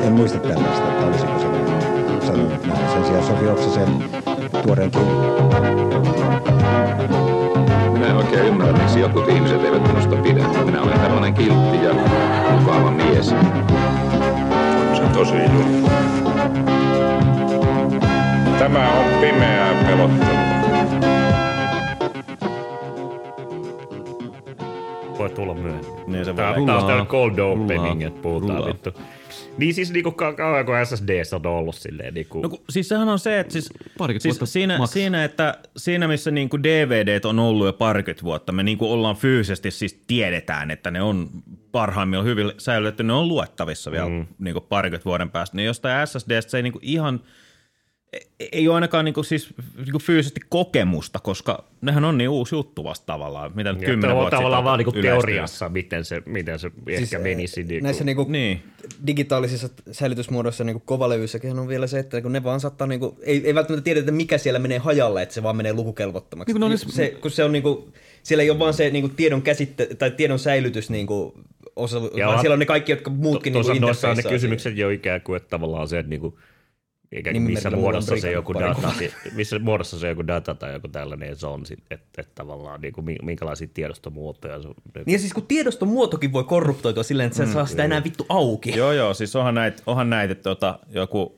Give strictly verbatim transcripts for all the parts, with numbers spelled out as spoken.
en muista tällaista, että olisiko se sanonut näin. Sen sijaan Sofi Oksasen tuoreen kirjan. Minä en oikein ymmärrä, miksi jotkut ihmiset eivät minusta pidä. Minä olen tällainen kiltti ja mukava mies. On se tosi juttu. Tämä on pimeää pelottelua. Voi tulla myöhemmin. Niin se Tää voi. on taas täällä cold opening, että puhutaan rullaa. vittu. Niin siis niinku kauan kuin S S D on ollut silleen niinku... No, siis sehän on se, että siis, siis siinä, maks. siinä, että siinä missä niinku D V D:t on ollut jo parikymmentä vuotta, me niinku ollaan fyysisesti siis tiedetään, että ne on parhaimmillaan hyvin säilytetty, ne on luettavissa vielä mm. niinku parikymmentä vuoden päästä. Niin jostain S S D:stä se ei niinku ihan, ei ole ainakaan niinku siis niinku fyysisesti kokemusta, koska nehän on niin uusi juttu vasta tavallaan. Mitä nyt kymmenen vuotta tavallaan vaan niinku yleistynyt. teoriassa, miten se, miten se siis ehkä menisi. Niinku. Näissä niinku niin. digitaalisissa säilytysmuodoissa niinku kovalevyissäkin on vielä se, että kun ne vaan saattaa, niinku, ei, ei välttämättä tiedetä, mikä siellä menee hajalle, että se vaan menee lukukelvottomaksi. Niin, no, se, kun se on niinku, siellä ei ole vaan se niinku tiedon käsitte tai tiedon säilytys niinku, osa, Ja vaan on, siellä on ne kaikki, jotka muutkin to, niinku noissa on ne interfaceaa kysymykset jo ikään kuin, että tavallaan se, että niinku, ikään kuin Niin, missä meillä muodossa on se joku pari data, missä muodossa se joku data tai joku tällainen se on, että et tavallaan niinku, minkälaisia tiedostomuotoja se on. Niin ja siis kun tiedoston muotokin voi korruptoitua silleen, että sä mm, saa sitä enää vittu auki. Joo, joo, siis onhan näitä, onhan näitä että tota, joku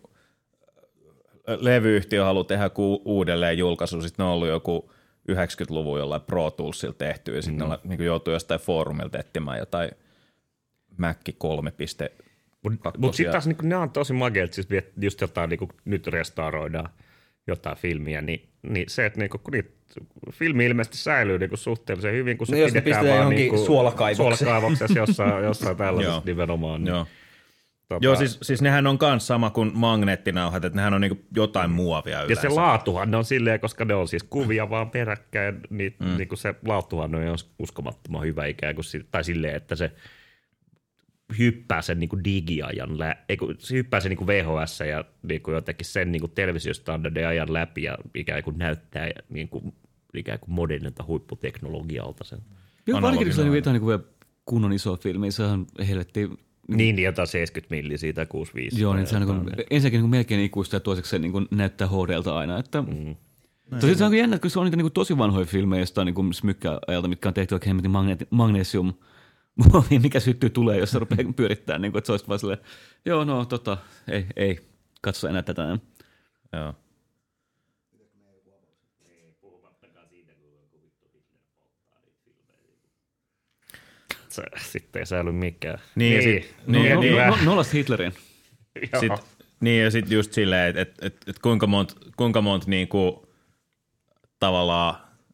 levyyhtiö haluaa tehdä ku uudelleen julkaisu, sitten ne on ollut joku yhdeksänkymmentäluvun jollain Pro Toolsilla tehty, ja sitten mm. ne niin joutuu jostain foorumilta etsimään jotain Mac kolme piste kaksi. Mutta sitten taas niin ne on tosi makeat, siis just jotain niin nyt restauroidaan jotain filmiä, niin, niin se, että niinku, kun niitä filmi ilmeisesti säilyy niinku suhteellisen hyvin, kun se no, jos pidetään ne vaan niinku suolakaivokseen. suolakaivoksessa jossain, jossain tällaisessa nimenomaan. Niin, Joo. Tota, Joo, siis, siis nehän on kans sama kuin magneettinauhat, että nehän on niinku jotain muovia yleensä. ja se laatuhan ne on silleen, koska ne on siis kuvia vaan peräkkäin, niin, mm. niin se laatuhan on uskomattoman hyvä ikään kuin, tai silleen, että se hyppää sen niin kuin digiajan, lä- ei, kun, se hyppää sen niin kuin V H S ja niin kuin jotenkin sen niin kuin televisiostandardin ajan läpi ja ikään kuin näyttää niin kuin, ikään kuin modernilta huipputeknologialta sen. Joo, varsinkin se on jotain niin kuin kunnon iso filmi, sehän helvettiin. Niin, niin jotain seitsemänkymmentä milliä siitä kuusikymmentäviisi. Joo, niin se on niin ensinnäkin niin melkein ikuista ja toiseksi se niin näyttää H D:ltä aina. Että, mm. Tosiaan se on jännä, kun se on niitä niin tosi vanhoja filmejä jostain niin smykkäajalta, mitkä on tehty oikein hemmetin magneet- magnesium. Mikä syttyy tulee, jos se rupeaa pyörittämään, niin kuin, että se olisi vaan silleen, joo, no tota, ei, ei, katso enää tätä. Joo. Se, sitten ei säily mikään. Niin, ja sit, niin, no, niin, no, no, nollas Hitlerin. Sit, niin ja sitten just silleen, että et, et, et kuinka monta kuinka mont niinku, tavallaan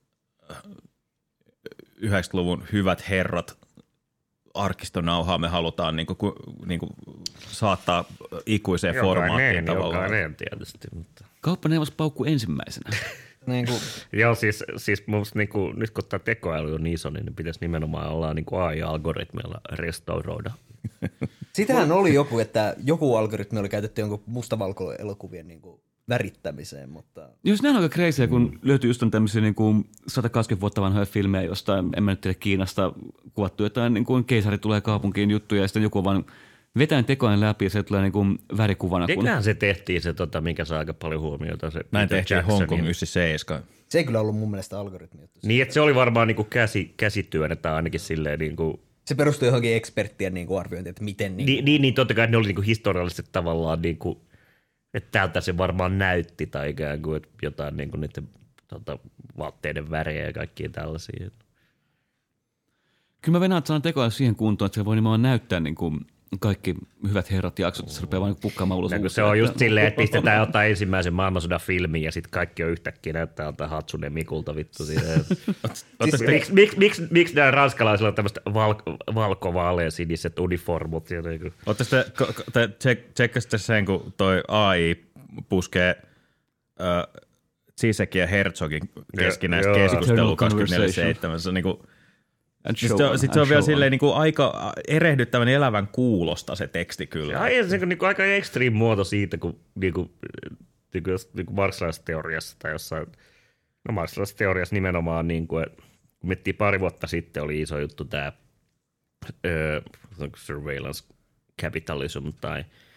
yhdeksänkymmentäluvun hyvät herrat arkistonauhaa me halutaan niinku, ku, niinku, saattaa ikuiseen formaattiin tavallaan. Jokainen tietysti. Mutta. Kauppaneuvos paukkuu ensimmäisenä. niin kuin. Joo, siis, siis musta niinku, nyt kun tämä tekoäly on niin iso, niin pitäisi nimenomaan olla niinku A I-algoritmeilla restauroida. Sitähän oli joku, että joku algoritmi oli käytetty jonkun mustavalkoelokuvien niin kuin värittämiseen, mutta... Jos näin on aika crazyä, kun mm. löytyy just tämmöisiä niin kuin sata kaksikymmentä vuotta vanhoja filmejä jostain, en mä nyt tiedä, Kiinasta kuvattu jotain, niin kuin keisari tulee kaupunkiin juttuja ja sitten joku vaan vetään tekoen läpi ja se tulee niin kuin värikuvana. Eiköhän kun... se tehtiin se, tota, mikä saa aika paljon huomiota. Se Näin tehtiin Hong Kong yhdeksänkymmentäseitsemän. Se ei kyllä ollut mun mielestä algoritmi. Niin, että se oli varmaan niin kuin käsi, käsityönä tai ainakin silleen niin kuin... Se perustui johonkin eksperttien niin kuin arviointiin, että miten... Niin, niin, niin, niin totta kai ne oli niin kuin historiallisesti tavallaan, niin kuin, että täältä se varmaan näytti tai ikään kuin että jotain niin kuin niiden tota, vaatteiden värejä ja kaikkia tällaisia. Kyllä mä venään, että saan tekoäly siihen kuntoon, että se voi nimenomaan näyttää niin kuin kaikki hyvät herrat jaksot, että se rupeaa vain pukkaamaan ulos. No, se on just silleen, että pistetään jotain ensimmäisen maailmansodan filmiä ja sitten kaikki on yhtäkkiä näyttää jotain Hatsune Mikulta vittu. Miksi miks, miks, miks nämä ranskalaisilla on tämmöistä val, valko-vaalean siniset uniformut? Oletteko te, te tsekkasitte sen, kun toi A I puskee äh, Zisekin ja Herzogin keskinäistä keskustelua kaksikymmentäneljä seitsemän? Se on niinku... Sitten sit se on vielä silleen niin kuin aika erehdyttävän elävän kuulosta se teksti kyllä. Ja se on niin kuin aika extreme muoto siitä, kun niin kuin, niin kuin, niin kuin marksilaisessa teoriassa tai jossain, no marksilaisessa teoriassa nimenomaan, niin kuin, kun miettii pari vuotta sitten oli iso juttu tämä uh, surveillance capitalism tai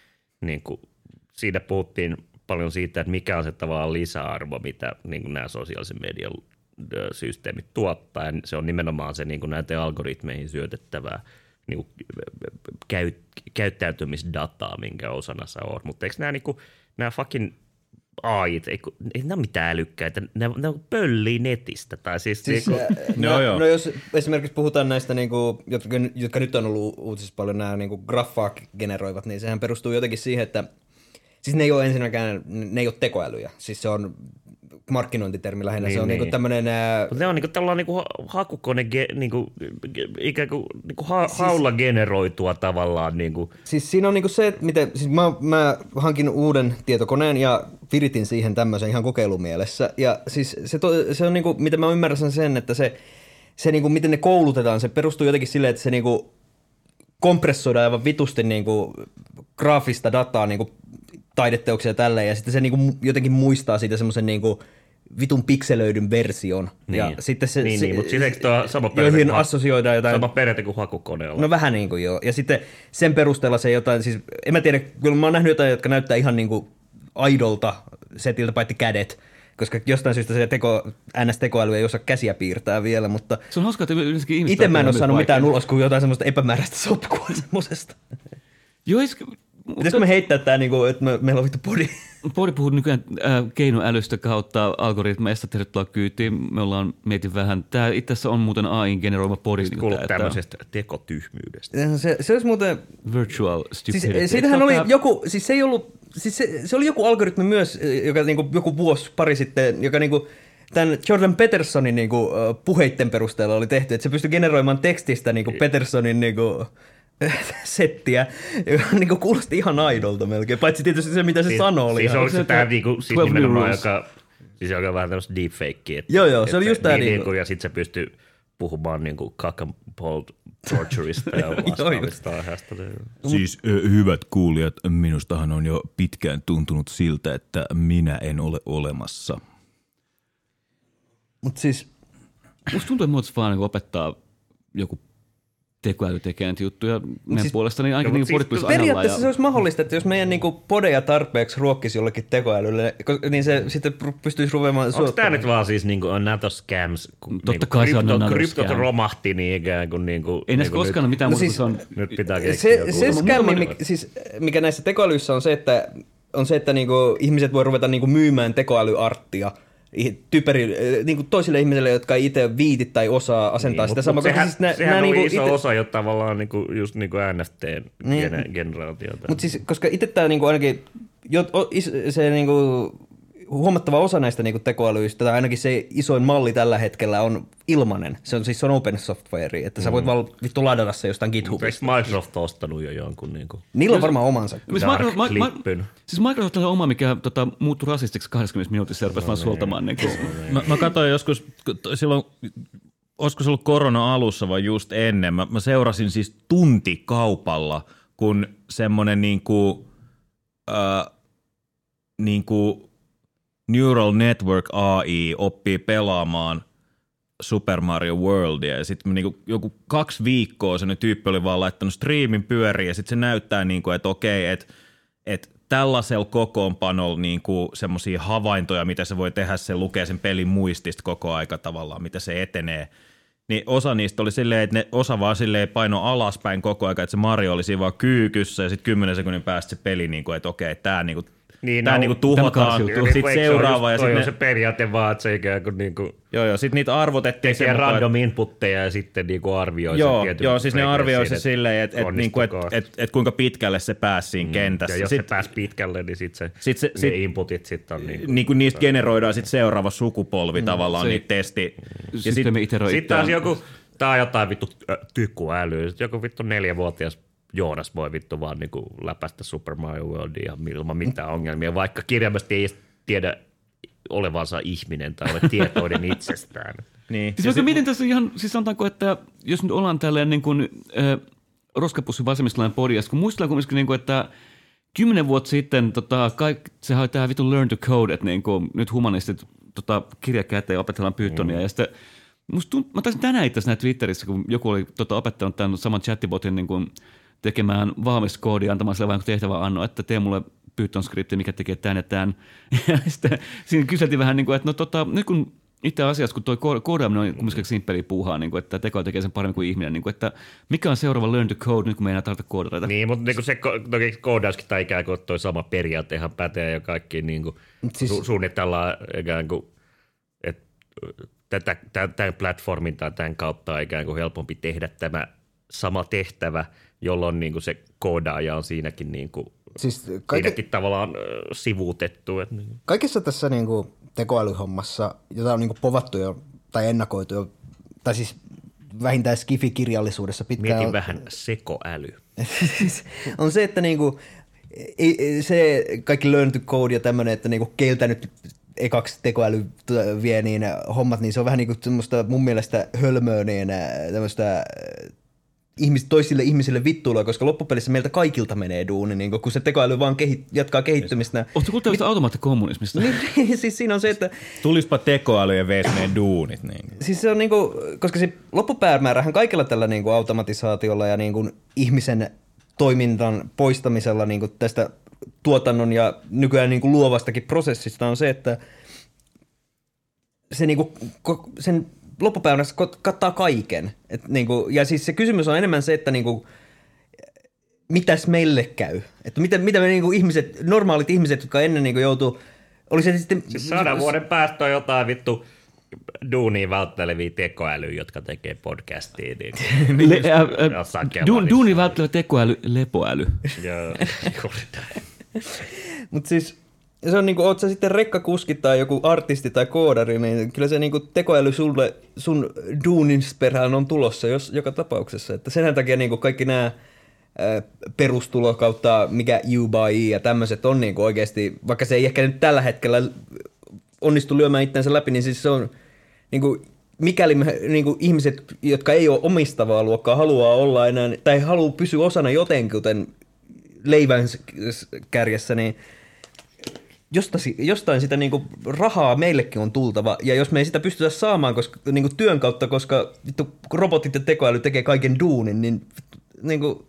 niin kuin, siinä puhuttiin paljon siitä, että mikä on se tavallaan lisäarvo, mitä niin kuin nämä sosiaalisen median systeemit tuottaa. Ja se on nimenomaan se niin kuin näiden algoritmeihin syötettävää niin kuin, käy, käyttäytymisdataa, minkä osana sä oot. Mutta eikö nämä, niin kuin, nämä fucking A I:t, ei, ei nämä ole mitään älykkäitä, ne, ne pöllii netistä. Tai siis, siis niinku, no, no, no jos esimerkiksi puhutaan näistä, niinku, jotka, jotka nyt on ollut uutisissa paljon, nämä niinku, graffaa generoivat, niin sehän perustuu jotenkin siihen, että siis ne ei ole ensinnäkään, ne ei ole tekoälyjä. Siis se on markkinointitermi lähinnä. Niin, se on niin. niinku tämmöinen... Ää... Ne on niinku tällainen niinku hakukone, ge, niinku, ikään kuin niinku ha, siis, haulla generoitua tavallaan. Niinku. Siis siinä on niinku se, että miten, siis mä, mä hankin uuden tietokoneen ja viritin siihen tämmöisen ihan kokeilumielessä. Ja siis se, to, se on niinku, miten mä ymmärrän sen, että se, se niinku, miten ne koulutetaan, se perustuu jotenkin silleen, että se niinku kompressoidaan aivan vitusti niinku graafista dataa, niinku taideteoksia tälleen, ja sitten se niinku jotenkin muistaa siitä semmoisen niinku vitun pikselöidyn version. Niin, ja sitten se, niin, se, niin mutta siis eikö tuo sama joihin periaate, assosioidaan jotain... sama periaate kuin hakukoneella? No vähän niin kuin joo. Ja sitten sen perusteella se jotain, siis en mä tiedä, kyllä mä oon nähnyt jotain, jotka näyttää ihan niin kuin aidolta setiltä, paitsi kädet, koska jostain syystä se teko, N S-tekoäly ei osaa käsiä piirtää vielä, mutta... Se on hauskaa, että yleensäkin ihmiset... Itse mä en ole saanut mitään ulos kuin jotain semmoista epämääräistä sotkua semmosesta. Joo, is... Pitäisikö me heittää tää, niinku, että me, meillä on vittu podi? Podi puhuu nykyään äh, keinoälystä kautta algoritmeista, tervetuloa kyytiin. Me ollaan mietin vähän. Tämä itse asiassa on muuten A I:n generoima podi. Sitten kuuluu tämmöisestä tekotyhmyydestä. Se, se olisi muuten... Virtual stupidity. Siis, siitähän oli joku, siis se ei ollut, siis se, se oli joku algoritmi myös, joka niinku, joku vuosi pari sitten, joka niinku, tämän Jordan Petersonin niinku, puheitten perusteella oli tehty, että se pystyi generoimaan tekstistä niinku, Petersonin niinku, settiä, joka niinku, kuulosti ihan aidolta melkein, paitsi tietysti se, mitä se siis, sanoi. Oli siis ihan. oliko se tämä niinku, siis nimenomaan, joka, siis joka on vähän tämmöistä deepfakea. Joo, joo, se oli just tämä. Niin, niinku, ja sitten se pystyi puhumaan niinku cock-and-pulled torturista ja vastaavista aiheesta. Siis hyvät kuulijat, minustahan on jo pitkään tuntunut siltä, että minä en ole olemassa. Mutta siis... Musta tuntuu, että muotoisi vaan niin opettaa joku tekoäly tekee näitä juttuja meidän siis, puolesta, niin ainakin no, niin siis, tulisi periaatteessa ja... se olisi mahdollista, että jos meidän niin kuin, podeja tarpeeksi ruokkisi jollekin tekoälylle, niin se sitten pystyisi ruvemaan... Onko tämä nyt vaan siis niin kuin NATO-scams? Totta niin kai se on NATO-scam. Kryptot romahti niin ikään kuin... Niin kuin ei näissä niin koskaan ole mitään no muuta, siis, se on... Nyt pitää keksiä. Se, se scammi, mikä, siis, mikä näissä tekoälyissä on se, että, on se, että niin kuin, ihmiset voi ruveta niin kuin, myymään tekoälyarttia typeri, niin kuin toisille ihmisille, jotka ei itse viiti tai osaa asentaa niin, sitä samaa. Sehän, siis nä, sehän nää on niinku iso ite... osa jo tavallaan niinku, just niin kuin N F T:n niin. generaatiota. Mutta siis, koska itse tämä niinku ainakin, jo, se niinku, huomattava osa näistä niinku tekoälyistä, tai ainakin se isoin malli tällä hetkellä on ilmainen. Se on siis se on open software, että sä voit mm. vaan vittu ladata se jostain GitHubista. Eikö Microsoft ostanut jo jonkun? Niinku niillä on varmaan omansa. Siis Microsoft, ma, ma, siis Microsoft on oma, mikä tota, muuttui rasistiksi kaksikymmentä minuutissa ja rupesi vaan suoltamaan. Niin mä, mä katsoin joskus, silloin, olisiko se ollut korona-alussa vai just ennen, mä, mä seurasin siis tuntikaupalla, kun semmoinen niinku, äh, niinku Neural Network A I oppii pelaamaan Super Mario Worldia ja sitten niinku joku kaksi viikkoa se tyyppi oli vaan laittanut striimin pyöriin ja sitten se näyttää niinku, että okei, että et tällaisella kokoonpanolla niinku semmoisia havaintoja, mitä se voi tehdä, se lukee sen pelin muistista koko aika tavallaan, mitä se etenee. Niin osa niistä oli silleen, että ne osa vaan silleen paino alaspäin koko aika, että se Mario oli siinä vaan kyykyssä ja sitten kymmenen sekunnin päästä se peli, niinku, että okei, tämä niinku Niin, tämä no, niinku tuhotaan, sitten seuraava. Ja toi sit on ne... se periaate vaan, että se ikään kuin niinku... Joo, joo, sitten niitä arvotettiin. Tekee random inputteja ja sitten niinku arvioi joo, sen joo, siis ne arvioi se silleen, että et, niinku, et, et, et kuinka pitkälle se pääsi siinä mm. kentässä. Ja jos sit, se pääsi pitkälle, niin sitten se, sit se, ne sit, inputit sitten on niinku... Niinku niistä generoidaan sitten seuraava sukupolvi mm, tavallaan, se, niitä testi. Sitten sit taas joku, tää on jotain vittu tykuälyä, joku vittu neljävuotias Joonas voi vittu vaan niinku läpäistä Super Mario Worldia ilman mitään ongelmia, vaikka kirjaimesti ei tiedä olevansa ihminen tai ole tietoinen itsestään. Niin. Siis vaikka miten tässä ihan, siis sanotaanko, että jos nyt ollaan tälleen niin kuin äh, roskapussin vasemmistolainen podcast, kun muistellaan kumminkin, niin kuin, että kymmenen vuotta sitten tota, kaik, sehän oli tämä vittu learn to code, että niin kuin, nyt humanistit tota, kirja käteen opetellaan Pythonia mm. ja sitten musta tunt, mä taisin tänään itse asiassa Twitterissä, kun joku oli tota, opettanut tämän saman chattibotin niin kuin tekemään valmista koodia, antamaan sille vain tehtävän anno, että tee mulle Python-skripti, mikä tekee tämän ja tämän. Ja sitten siinä kyseltiin vähän niin kuin, että no tota, nyt kun itse asiassa, kun tuo koodaaminen on kumminkin simppeliä puuhaa, niin kuin, että tekoäly tekee sen paremmin kuin ihminen, niin kuin, että mikä on seuraava learn to code, nyt kun me ei enää tarvita koodareita? Niin, mutta niin se toki koodauskin tai ikään kuin toi sama periaate ihan pätee ja kaikki niin kuin siis, su- suunnitellaan ikään kuin, että tätä, tämän platformin tai tämän kautta on ikään kuin helpompi tehdä tämä sama tehtävä, jolloin niin kuin se koodaaja on siinäkin, niin kuin, siis kaikki, siinäkin tavallaan sivuutettu. Että niin. Kaikessa tässä niin kuin tekoälyhommassa, jota on niin kuin povattu jo tai ennakoitu jo, tai siis vähintään skifi-kirjallisuudessa pitkään. Mietin on, vähän sekoäly. on se, että niin kuin, se kaikki learn to code ja tämmöinen, että niin kuin keiltä nyt ekaksi tekoäly vie niin hommat, niin se on vähän niin kuin semmoista mun mielestä hölmöä, niin tämmöistä ihmis, toisille ihmisille vittuilua, koska loppupelissä meiltä kaikilta menee duuni, niin kun se tekoäly vaan kehit, jatkaa kehittymistä. Oletko kuullut tästä automaattikommunismista? Niin, siis siinä on se, että tulispa tekoäly ja veisi meidän duunit. Niin. Siis se on niin kuin, koska se loppupäämäärähän kaikella tällä niin kuin automatisaatiolla ja niin kuin ihmisen toimintan poistamisella niin kuin tästä tuotannon ja nykyään niin kuin luovastakin prosessista on se, että se niin kuin, sen loppupäivässä kattaa kaiken. Et niinku, ja siis se kysymys on enemmän se, että niinku, mitäs meille käy. Että mitä, mitä me niinku ihmiset, normaalit ihmiset, jotka ennen niinku joutuu, oli se sitten... Siis sadan vuoden päästä on jotain vittu duunia vältteleviä tekoälyä, jotka tekee podcastia. Niin, Le, äh, äh, du, duuni välttelevä tekoäly, lepoäly. Joo, mutta siis... Se on niinku, oot sä sitten rekkakuski tai joku artisti tai koodari, niin kyllä se niinku tekoäly sulle, sun duunin perään on tulossa jos, joka tapauksessa. Että sen takia niinku kaikki nämä perustulo kautta mikä U by E ja tämmöiset on niinku oikeasti, vaikka se ei ehkä nyt tällä hetkellä onnistu lyömään itseänsä läpi, niin siis se on niinku, mikäli me, niinku ihmiset, jotka ei ole omistavaa luokkaa, haluaa olla enää, tai haluaa pysyä osana jotenkin, kuten leivän kärjessä, niin Jostain, jostain sitä niinku rahaa meillekin on tultava, ja jos me ei sitä pystytä saamaan koska, niinku työn kautta, koska vittu, robotit ja tekoäly tekee kaiken duunin, niin niinku,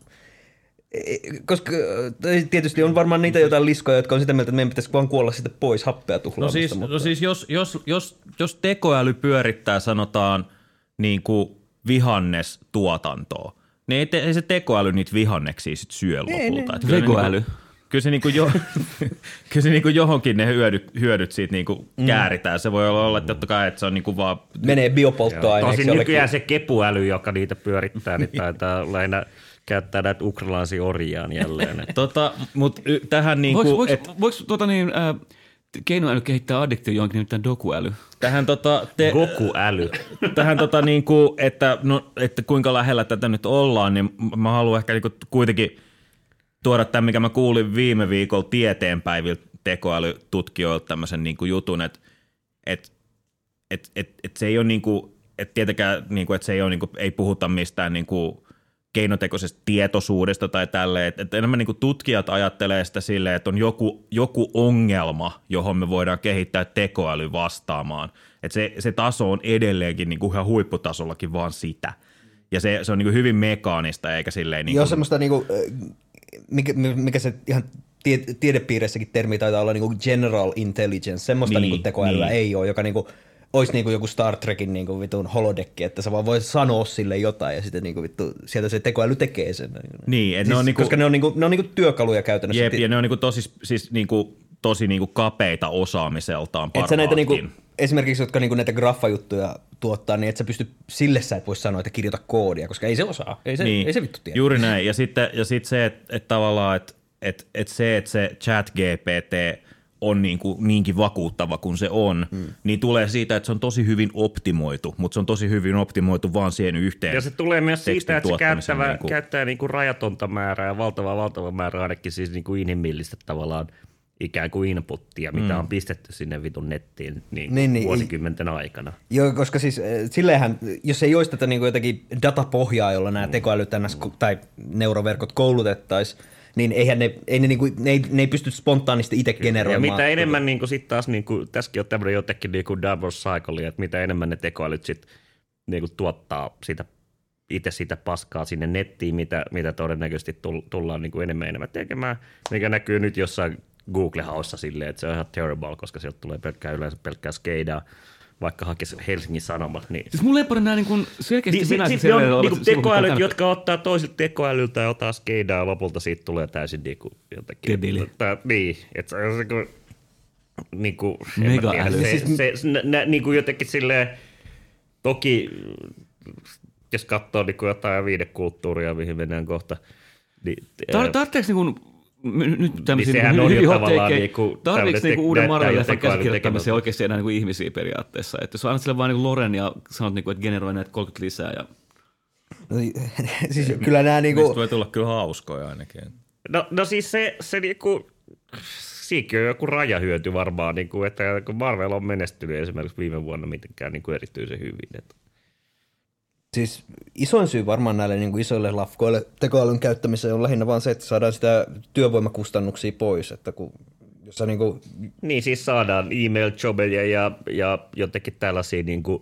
koska tietysti on varmaan niitä jotain liskoja, jotka on sitä mieltä, että meidän pitäisi vaan kuolla sitten pois happea tuhlaamasta. No siis, mutta... no siis jos, jos, jos, jos tekoäly pyörittää sanotaan niin kuin vihannestuotantoa, niin ei, te, ei se tekoäly niitä vihanneksia sit syö lopulta. Vegoäly. Kyllä se, niinku jo, kyllä se niinku johonkin ne hyödyt, hyödyt siitä niinku mm. kääritään. Se voi olla, että totta kai, että se on niinku vaan... Menee biopolttoaineeksi. Tosin nykyään se kepuäly, joka niitä pyörittää, niin taitaa lähinnä käyttää näitä ukrainalaisia orjiaan jälleen. tota, mut y, tähän niinku... Voiko, voiko, et, voiko tota niin, äh, keinoäly kehittää addiktio johonkin nimittäin dokuäly? Tähän tota... Te, Goku-äly. Tähän tota niinku, että, no, että kuinka lähellä tätä nyt ollaan, niin mä haluan ehkä niinku kuitenkin... tuoda tämän, mikä mä kuulin viime viikolla tieteenpäiviltä tekoälytutkijoilta tämmöisen niin kuin jutun, että et, et, et, et se ei ole niin kuin, että tietenkään niin kuin, että se ei ole niin kuin, ei puhuta mistään niin kuin keinotekoisesta tietoisuudesta tai tälleen, että et enemmän niin kuin tutkijat ajattelee sitä silleen, että on joku, joku ongelma, johon me voidaan kehittää tekoäly vastaamaan, että se, se taso on edelleenkin niin kuin ihan huipputasollakin vaan sitä, ja se, se on niin kuin hyvin mekaanista eikä silleen niin kuin... Joo, semmoista niin kuin... Mikä, mikä se ihan tie, tiedepiireissäkin termi taitaa olla niinku general intelligence, semmoista niin, niinku tekoälyä niin. ei ole, joka niinku, olisi niinku joku Star Trekin niinku vitun holodekki, että sä vaan voit sanoa sille jotain ja sitten niinku vittu, sieltä se tekoäly tekee sen. Niin, siis, ne on niinku, koska ne on, niinku, ne on niinku työkaluja käytännössä. Jep, ja ne on niinku tosi, siis niinku, tosi niinku kapeita osaamiseltaan parhaatkin. Näitä niinku, esimerkiksi, jotka niinku näitä graffajuttuja tuottaa, niin et sä pysty, sille sä et voi sanoa, että kirjoita koodia, koska ei se osaa, ei se, niin, ei se vittu tiedä. Juuri näin, ja sitten ja sit se, että et tavallaan, että et, et se, että se chat G P T on niinku niinkin vakuuttava kuin se on, mm. niin tulee siitä, että se on tosi hyvin optimoitu, mutta se on tosi hyvin optimoitu vaan siihen yhteen. Ja se tulee myös siitä, että se käyttävä, niinku. käyttää niinku rajatonta määrää ja valtavaa valtava määrää ainakin siis niinku inhimillistä tavallaan ikään kuin inputtia, mitä mm. on pistetty sinne vitun nettiin niin niin, niin, vuosikymmenten aikana. Joo, koska siis silleenhän, jos ei olisi tätä niin kuin jotakin datapohjaa, jolla nämä mm. tekoälyt mm. tai neuroverkot koulutettaisiin, niin eihän ne, ei ne, niin kuin, ne, ei, ne ei pysty spontaanisti itse generoimaan. Ja mitä enemmän niin kuin sit taas, niin kuin, tässäkin on tämmöinen jotenkin niin kuin double cycle, että mitä enemmän ne tekoälyt sit niin kuin tuottaa sitä itse sitä paskaa sinne nettiin, mitä, mitä todennäköisesti tullaan niin kuin enemmän ja enemmän tekemään, mikä näkyy nyt jossain Google-haussa silleen, että se on ihan terrible, koska sieltä tulee pelkkää yleensä pelkkää skeidaa, vaikka hakisi Helsingin Sanomat. Niin... Siis mulla ei paljon nämä niin selkeästi niin, venäiset sit, seriaalit on olevat niin tekoälyt, sivut, jotka ottaa toisilta tekoälyltä ja ottaa skeidaa, ja lopulta siitä tulee täysin niin kuin jotenkin. Debili. Tää, niin, että se on se kuin, niin kuin, mega-äly. Se, se, se, se nä, niin kuin jotenkin silleen, toki jos katsoo niin kuin jotain viidekulttuuria, mihin mennään kohta. Niin, Tar- Tarvitseeko niin kuin, nyt tämmöisiä niin hyvin hot takejä, niinku, tarvitseeko niinku uuden Marvel-leffan käsikirjoittamiseen oikeasti enää niinku ihmisiä periaatteessa? Että jos annat sille vaan niinku Loren ja sanot, niinku, että generoi näitä kolmekymmentä lisää. Ja... No, siis kyllä nämä niinku... Niistä voi tulla kyllä hauskoja ainakin. No, no siis se, se niinku... Siinäkin on joku rajahyöty varmaan, niinku, että kun Marvel on menestynyt esimerkiksi viime vuonna mitenkään niinku erityisen hyvin. Että... Siis isoin syy varmaan näille niin kuin isoille lafkoille tekoälyn käyttämiseen on lähinnä vaan se, että saadaan sitä työvoimakustannuksia pois. Että kun, jos sä niin, kuin... niin siis saadaan email-jobeja ja, ja jotenkin tällaisia niin kuin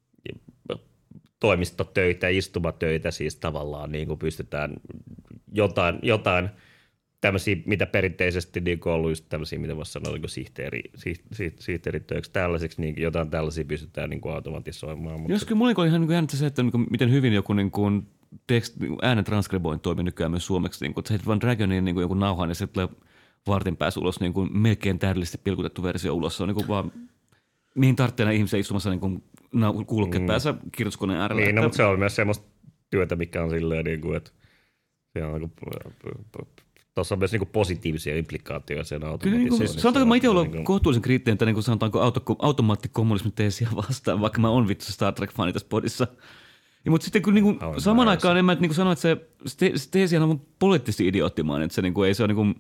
toimistotöitä, istumatöitä siis tavallaan niin kuin pystytään jotain, jotain tämmöisiä, mitä perinteisesti niin on ollut just tämmöisiä, mitä voisi sanoa niin sihteeri, sihteeritöiksi tällaisiksi, niin jotain tällaisia pystytään niin automatisoimaan. Mutta... Jos kyllä mulla oli ihan niin jännittä se, että niin miten hyvin joku niin kuin tekst, äänen transkribointi toimii nykyään myös suomeksi, niin kuin, että sä heität vaan Dragonin niin joku nauhan ja se tulee vartin päässä ulos niin kuin melkein täydellisesti pilkutettu versio ulos. Se on niin kuin vaan, mihin tarvitsee näin ihmisiä istumassa niin kuin kuulokkeet mm. päässä kirjoituskoneen äärellä. Niin, että... no, mutta se on myös semmoista työtä, mikä on silleen, niin kuin, että se on niin kuin... Tuossa on myös niin positiivisia implikaatioita sen automatisoinnissa. Niin, sanotaanko mä itse ollut niin kohtuullisen kriittinen, että niin sanotaanko auto, automaattikommunismin teesiä vastaan, vaikka mä oon vittu Star Trek-fani tässä podissa. Ja, mutta sitten kun niin kuin, saman aikaan en mä niin sano, että se, se teesiä on poliittisesti idioottimainen, että se niin kuin, ei se ole niin kuin,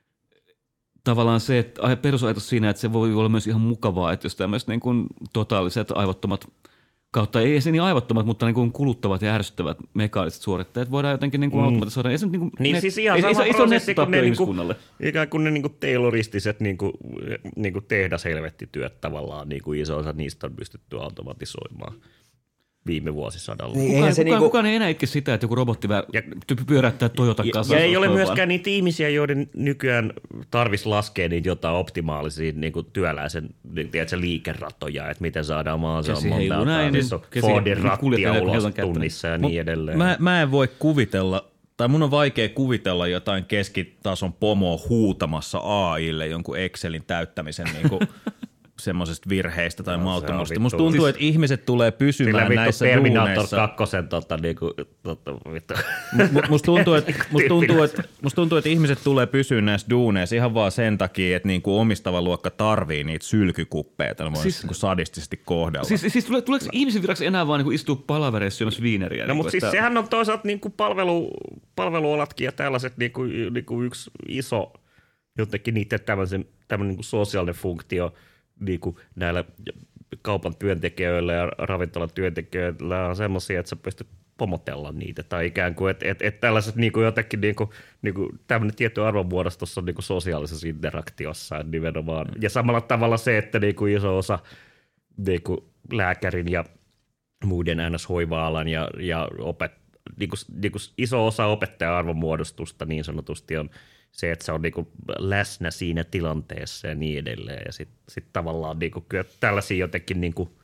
tavallaan se, että perusajatus siinä, että se voi olla myös ihan mukavaa, että jos tämmöiset niin kuin, totaaliset aivottomat kautta ei se niin aivottomat, mutta niin kuin kuluttavat ja ärsyttävät mekaaniset suoritteet voidaan jotenkin niin kuin mm. automatisoida. Ei se niin kuin niin net, siis ihan ei, sama ei, prosessi kuin ne ihmiskunnalle. Niinku, ikään kuin ne niinku tayloristiset niinku, niinku tehdashelvettityöt tavallaan, niinku iso osa niistä on pystytty automatisoimaan viime vuosisadalla. Niin, kukaan, se kukaan, niinku... kukaan ei enää itse sitä, että joku robotti vä- ja, pyörättää Toyota kasassa. Ja ei ole myöskään niitä ihmisiä, joiden nykyään tarvitsisi laskea niitä jotain optimaalisia niin kuin työläisen tiedätkö, liikeratoja, että miten saadaan mahdollisimman monta. Siis on Fordin rattia ulos tunnissa ja niin edelleen. Mä, mä en voi kuvitella, tai mun on vaikea kuvitella jotain keskitason pomoa huutamassa A I:lle jonkun Excelin täyttämisen niin kuin semmoisesta virheistä tai no, mauttomuudesta. Musta tuntuu, siis, että ihmiset tulee pysymään näissä Terminator kakkosen tota niinku, tota, Musta tuntuu, että, musta tuntuu, että, musta tuntuu, että ihmiset tulee pysyä näissä duuneissa ihan vaan sen takia, että niinku omistava luokka tarvii niitä sylkykuppeja, että ne voi siis, niinku sadistisesti kohdella. Siis, siis tule, tuleeko no. ihmisen viraksi enää vaan niinku istua palavereissa syömässä viineriä? No niinku, mutta siis että... sehän on toisaalta niinku palvelu, palvelualatkin ja tällaiset niinku, niinku yksi iso jotenkin niiden tämmöinen niinku sosiaalinen funktio, niin kuin näillä kaupan työntekijöillä ja ravintolan työntekijöillä on semmoisia, että sä pystyt pomotella niitä. Tai ikään kuin, että et, et tällaiset niin kuin jotenkin niin kuin, niin kuin tämmöinen tietty arvonmuodostus on niin kuin sosiaalisessa interaktiossa nimenomaan. Ja samalla tavalla se, että niin kuin iso osa niin kuin lääkärin ja muiden N S-hoiva-alan ja, ja opet, niin kuin, niin kuin iso osa opettajan arvonmuodostusta niin sanotusti on se, että se on niinku läsnä siinä tilanteessa ja niin edelleen. Ja sitten sit tavallaan niinku kyllä tällaisia jotenkin niinku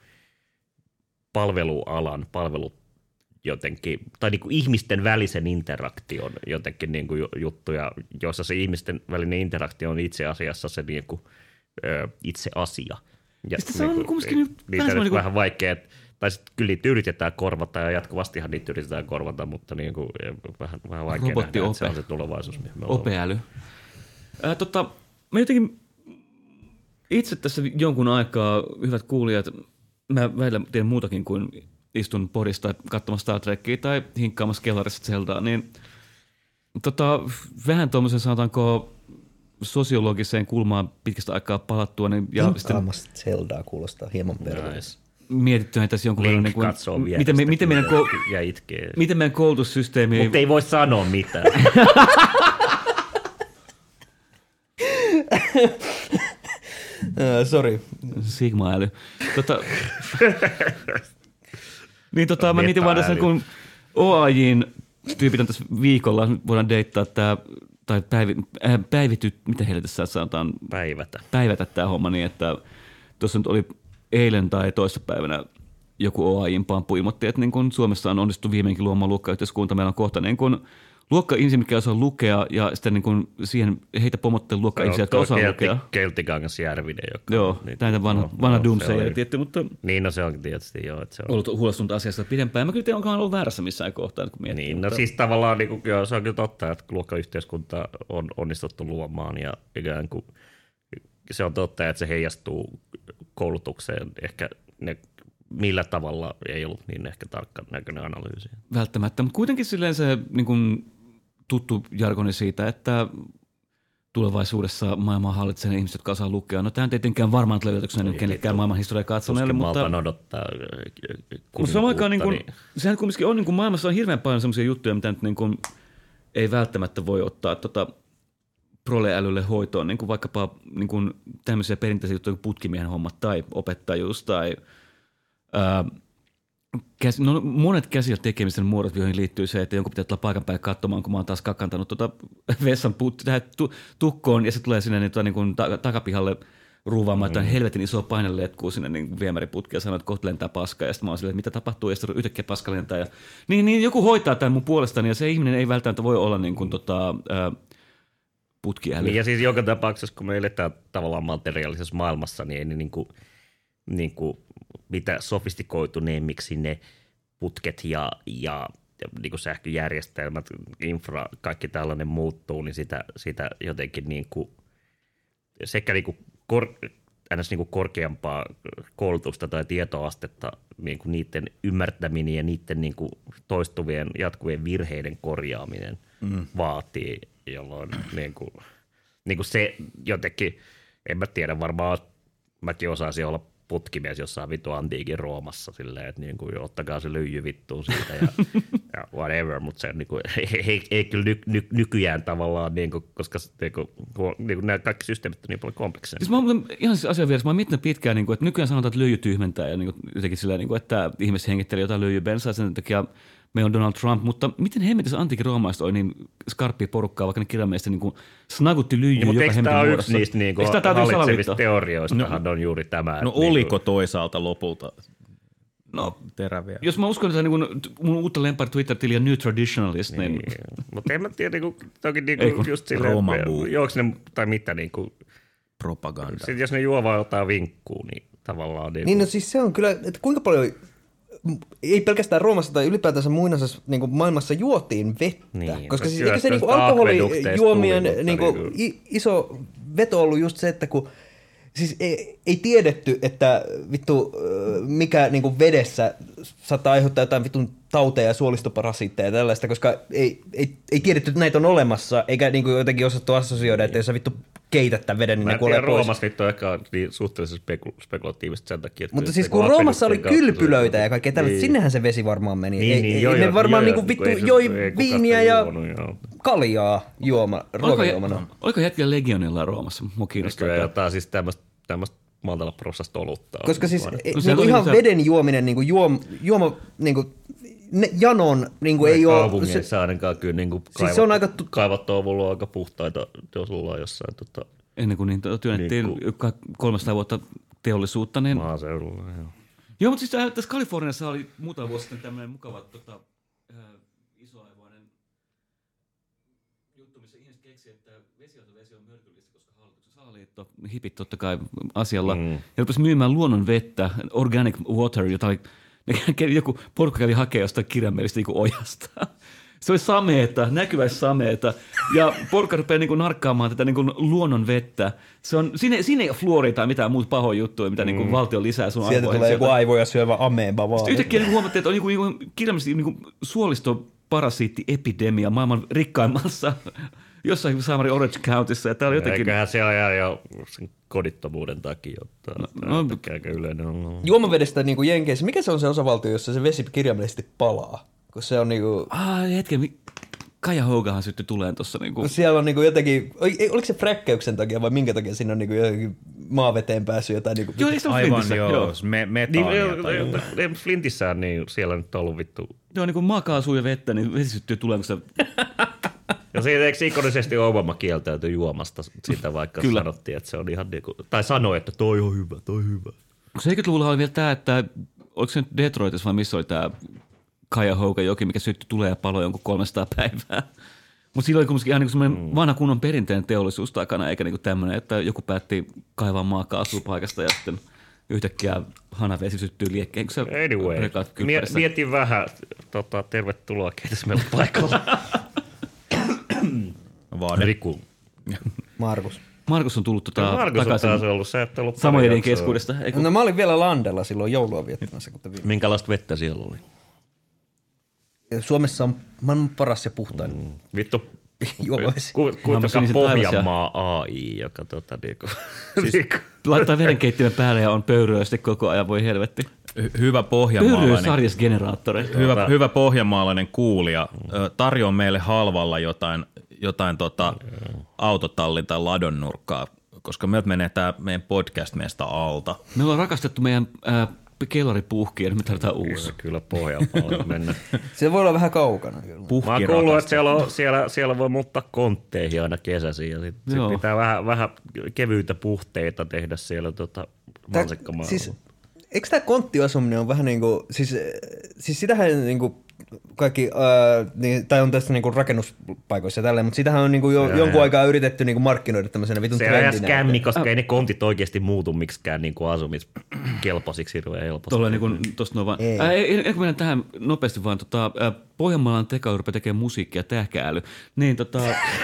palvelualan, palvelut jotenkin, tai niinku ihmisten välisen interaktion jotenkin niinku juttuja, joissa se ihmisten välinen interaktio on itse asiassa se niinku, ö, itse asia. Ja se on niinku, kumminkin nyt niitä vähän, nyt vähän vaikea, tai sitten kyllä niitä yritetään korvata ja jatkuvastihan niitä yritetään korvata, mutta niin kuin, vähän, vähän vaikea nähdä, että se on se tulevaisuus. Opeäly. Äh, tota, mä jotenkin itse tässä jonkun aikaa, hyvät kuulijat, mä välillä teen muutakin kuin istun podista katsomassa Star Trekkiä tai hinkkaamassa kellarissa Zeldaa, niin tota, vähän tuommoisen sanotaanko sosiologiseen kulmaan pitkästä aikaa palattua. Niin, ja hinkkaamassa Zeldaa kuulostaa hieman perään. Nice. Mietittyä tässä jonkun verran, niin kuin, miten, me, miten, meidän ko- ja itkee. miten meidän koulutussysteemi... Mutta ei voi sanoa mitään. uh, sorry. Sigma-äly. Tota, niin tota, mä mietin vaan tässä, kun O A J:n tyypit on tässä viikolla, voidaan deittaa tämä, tai päivi, äh, päivity, mitä helvetessä sanotaan? Päivätä. Päivätä tämä homma niin, että tuossa nyt oli eilen tai toissapäivänä joku O A J:n pamppu ilmoitti, että niin kun Suomessa on onnistuttu viimeinkin luomaan luokkayhteiskunta. Meillä on kohta niin kun luokka-ihmisiä, mitkä osaa lukea, ja sitten niin kun siihen heitä pomottelee luokka-ihmisiä, jotka osaa kelti, lukea. Keltikangas Järvinen, joka joo, niin, näitä vanha, no, vanha no, doomsayer tietty, mutta niin, no se on tietysti joo. Että se on ollut huolestunut asiasta pidempään. Mä kyllä tiedän, onko ollut väärässä missään kohtaa, kun miettii. Niin, no siis tavallaan niin kuin, joo, se on kyllä totta, että luokkayhteiskunta on onnistuttu luomaan, ja ikään kuin se on totta, että se heijastuu koulutukseen. Ehkä ne, millä tavalla ei ollut niin ehkä tarkka näköinen analyysi. Välttämättä, mutta kuitenkin silleen se niin kuin tuttu jargoni siitä, että tulevaisuudessa maailmaa hallitsee ne ihmiset, jotka osaa lukea. No tämä on tietenkään varmaan löytöksenä kenellekään maailman historiaa katsoneelle, mutta maltaan odottaa mutta samaan aikaan niin kuin, niin sehän kumminkin on, niin kuin maailmassa on hirveän paljon sellaisia juttuja, mitä nyt niin kuin ei välttämättä voi ottaa tota proleälylle hoitoon, niin kuin vaikkapa niin kuin tämmöisiä perinteisiä juttuja kuin putkimiehen hommat tai opettajuus tai ää, Käs, no, monet käsillä tekemisen muodot, joihin liittyy se, että jonkun pitää tulla paikan päälle katsomaan, kun mä oon taas kakantanut tuota vessan put, tähän tu, tukkoon, ja se tulee sinne niin, niin kuin ta, takapihalle ruuvaamaan, että on helvetin iso paineletkuu sinne niin viemäriputkeen ja sanoo, että kohta lentää paskaa, ja sitten mä oon silleen, että mitä tapahtuu, ja sitten yhtäkkiä paska lentää. Ja, niin, niin joku hoitaa tämän mun puolestani, ja se ihminen ei välttämättä voi olla niin kuin, tota, ää, putkiäly. Niin, ja siis joka tapauksessa, kun me eletään tavallaan materiaalisessa maailmassa, niin ei ne niin kuin, niin kuin mitä sofistikoituneemmiksi ne putket ja, ja, ja niin kuin sähköjärjestelmät, infra, kaikki tällainen muuttuu, niin sitä, sitä jotenkin niin kuin, sekä niin kuin kor, ns. Niin kuin korkeampaa koulutusta tai tietoastetta, niin kuin niiden ymmärtäminen ja niiden niin kuin toistuvien jatkuvien virheiden korjaaminen mm. vaatii, jolloin niin kuin, niin kuin se jotenkin, en mä tiedä, varmaan mäkin osaisin olla putkimies jossain vittu antiikin Roomassa silleen, että niin kuin, ottakaa se lyijy vittuun siitä ja, ja whatever, mutta se niin kuin, ei, ei, ei kyllä ny, ny, nykyään tavallaan, niin kuin, koska niin kuin, niin kuin nämä kaikki systeemit on niin paljon komplekseja. Siis mä oon ihan siis asian vieressä, mä oon miettinyt pitkään, niin kuin, että nykyään sanotaan, että lyijy tyhmentää ja niin kuin, jotenkin sillä, niin kuin, että ihmiset hengittelee jotain lyijybensaa sen takia me on Donald Trump, mutta miten hemmetissä antiikin roomalaiset oli niin skarppia porukkaa, vaikka ne kirjaimellisesti niin snagutti lyijyä joka hemmetin muodossa. Mutta eikö tämä yksi niistä niin kuin hallitsevista teorioistahan no, on juuri tämä? No oliko niin kuin toisaalta lopulta no, teräviä? Jos mä uskon, että niin kuin, mun uutta lempari Twitter-tiliä New Traditionalist, niin... niin mutta en mä tiedä, niin kuin, toki niin kuin, just silleen, juoks ne, tai mitä niin kuin... Propaganda. Sitten jos ne juo vaan jotain vinkkuu, niin tavallaan... Niin, niin no siis se on kyllä, että kuinka paljon... Ei pelkästään Roomassa tai ylipäätänsä muinaisessa niin kuin maailmassa juotiin vettä, niin, koska siis, eikö se niin kuin alkoholijuomien niin kuin, niin iso veto ollut just se, että kun siis ei, ei tiedetty, että vittu mikä niin kuin vedessä saattaa aiheuttaa jotain vittun tauteja ja suolistoparasiitteja ja tällaista, koska ei, ei, ei tiedetty, että näitä on olemassa, eikä niin kuin jotenkin osattu assosioida, että jos sä vittu keität tämän veden, niin ne kuolee pois. Roomassa vittu ehkä niin suhteellisesti spekul- spekulatiivista sen takia. Että mutta siis kun Roomassa oli kylpylöitä ja kaikkea tällaista, niin. Sinnehän se vesi varmaan meni. Niin, ei, niin, ei, joo, ne joo, varmaan joo, niin vittu ei, joi ei, viiniä ja juonut, kaljaa juoma, ruokajuomana. Oliko jätkellä Legionilla Roomassa? Mua kiinnostaa. Kyllä jotain siis tämmöistä maltalla prosasta olutta. Koska siis no, niin ihan se... veden juominen, niin kuin juom, juoma, niin kuin, ne, janon niin kuin ei ole... Kaupungeissa ainakaan kyllä niin kuin kaivat, siis aika... kaivattu on ollut aika puhtaita, jos ollaan jossain... Tota, ennen kuin niitä työnnettiin niin kuin... kolmesataa vuotta teollisuutta. Niin... Maaseudulla, joo. Joo, mutta siis tässä Kaliforniassa oli muutama vuosi sitten tämmöinen mukava tota, äh, isoaivoinen juttu, missä ihmiset keksi, että vesijohtovesi on myrkyllistä, koska hallituksen salaliitto, hipit totta kai asialla, mm. ja rupesi myymään luonnon vettä, organic water, jota oli, joku porukka kävi hakemaan jostain kirjaimellista niin ojasta. Se oli sameeta, näkyväis sameeta, ja porukka rupeaa niin narkkaamaan tätä niin luonnon vettä. Se on, siinä, siinä ei ole fluoria tai mitään muuta pahoja juttuja, mitä mm. niin valtio lisää sun aivoihin. Sieltä tulee joku aivoja syövä ameba vaan. Sitten yhtäkkiä niin huomattiin, että on niin niin kirjaimellisesti niin suolistoparasiittiepidemia maailman rikkaimmassa jossain saamari Orange Countyssa. Ja täällä jotenkin... Eiköhän siellä jää jo sen kodittomuuden takia ottaa. No, no, aika yleinen on. Juomavedestä niin kuin Jenkeissä, mikä se on se osavaltio, jossa se vesi kirjaimellisesti palaa? Kun se on niinku... Ah, hetken, Kaja Hougahan syttyi tuleen tuossa niinku... Siellä on niinku jotenkin... Oliko se fräkkäyksen takia vai minkä takia siinä on niinku jotenkin maaveteen päässyt jotain niinku... Joo, ei se ole Aivan Flintissä. joo, Joo. Me, Niin, metaania tai jotain. ei, Flintissään niin siellä nyt on ollut vittu. Joo, niin kuin maakaasua ja vettä, niin vesi syttyy tulee, kun se... Ja siitä eikö ikonisesti Obama kieltäytyi juomasta sitä, vaikka Kyllä. sanottiin, että se on ihan niin kuin, tai sanoi, että toi on hyvä, toi on hyvä. seitsemänkymmentäluvulla oli vielä tämä, että oliko se nyt Detroitissa vai missä oli tämä Cuyahoga joki, mikä syttyi tulee ja paloi jonkun kolmesataa päivää. Mutta sillä oli kumminkin ihan niin semmoinen mm. vanha kunnon perinteinen teollisuus takana, eikä niin tämmöinen, että joku päätti kaivaa maakaasua paikasta ja sitten yhtäkkiä hanavesi syttyy liekkeen, kun se Anyway, rekat Mie- kylppärissä. mietin vähän, tota, tervetuloa, keitäs meillä on paikalla. Vaade. Riku. Markus. Markus on tullut tota, Markus on takaisin taas ollut, sä et ollut pari samojen jaksoa. keskuudesta. Eiku, No mä olin vielä Landella silloin joulua viettämässä. Kun te vi- Minkälaista vettä siellä oli? Suomessa on maailman paras ja puhtain. Mm. Vittu, Juomaisi. ku, kuitenkaan sinisen taivas ja- Pohjanmaa A I, joka tota niinku... Siis, laittaa verenkeittimen päälle ja on pöyryä sitten koko ajan, voi helvetti. Hy- hyvä Pöyryä pohjanmaalainen. sarjassa generaattori. Hyvä, hyvä pohjanmaalainen kuulija ö, tarjoaa meille halvalla jotain, jotain tota autotallin tai ladon nurkkaa, koska meiltä menee tämä meidän podcast-mesta alta. Me ollaan rakastettu meidän äh, kellaripuhki ja nyt me tarvitaan uusi. kyllä Pohjanmaalle mennä. Se voi olla vähän kaukana kyllä. Mä oon Puhki kuullut, että siellä, on, siellä, siellä voi muuttaa kontteihin aina kesäisin ja sitten sit Joo. pitää vähän, vähän kevyitä puhteita tehdä siellä tota mansikkamaalla. Siis, eikö tämä konttiasuminen on vähän niin kuin, siis, siis sitähän niin kuin kaikki, ää, niin, tai on tässä niin kuin rakennuspaikoissa ja tälleen, mutta sitähän on niin kuin jo, Se on jonkun ihan- aikaa yritetty niin kuin markkinoida tämmöisenä vitun se on ihan trendinä. skämmi, koska ei ne kontit oikeasti muutu miksikään niin kuin asumiskelpoisiksi hirveän helposti. Tuolla niin kuin tosta noin vaan. Ei. Ää, ei, ennen kuin mennään tähän nopeasti vaan, tota, ää, Pohjanmaalan tekaurpa tekee musiikkia, tähkääly. Niin tota,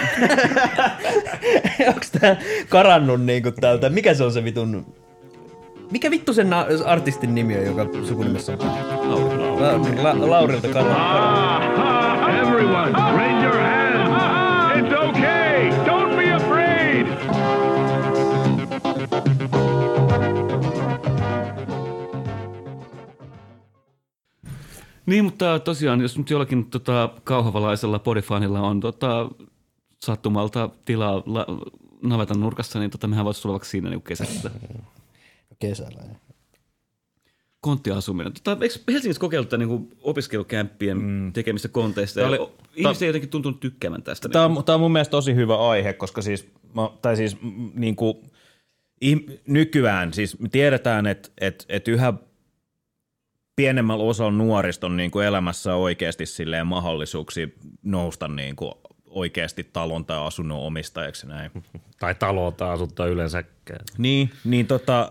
Onko tämä karannut niin kuin tältä, mikä se on se vitun, mikä vittu sen na- artistin nimi on, joka sukunimessä on? Lauri. La- La- Laurilta karannut. Everyone, raise your hands. It's okay. Don't be afraid. Niin, mutta tosiaan, jos nyt jollakin tota, kauhavalaisella podifanilla on tota, sattumalta tilaa la, navetan nurkassa, niin tota, mehän voisi tulla vaikka siinä niin kesässä. Kesällä. Konttiasuminen. Tota, eikö Helsingissä kokeillut tätä niin opiskelukämppien mm. tekemistä konteista? Tämä oli- Oli, Ihmiset ei jotenkin tuntunut tykkäämään tästä. Tämä on, tämä on mun mielestä tosi hyvä aihe, koska siis, mä- tai siis mm, niin kuin, ihm- nykyään siis me tiedetään, että, että, että yhä pienemmällä osalla nuorista on niin kuin elämässä oikeasti silleen mahdollisuuksia nousta niin kuin oikeasti talon tai asunnon omistajaksi näin. Tai talo tai asuntoa yleensäkään. Niin, niin, tota,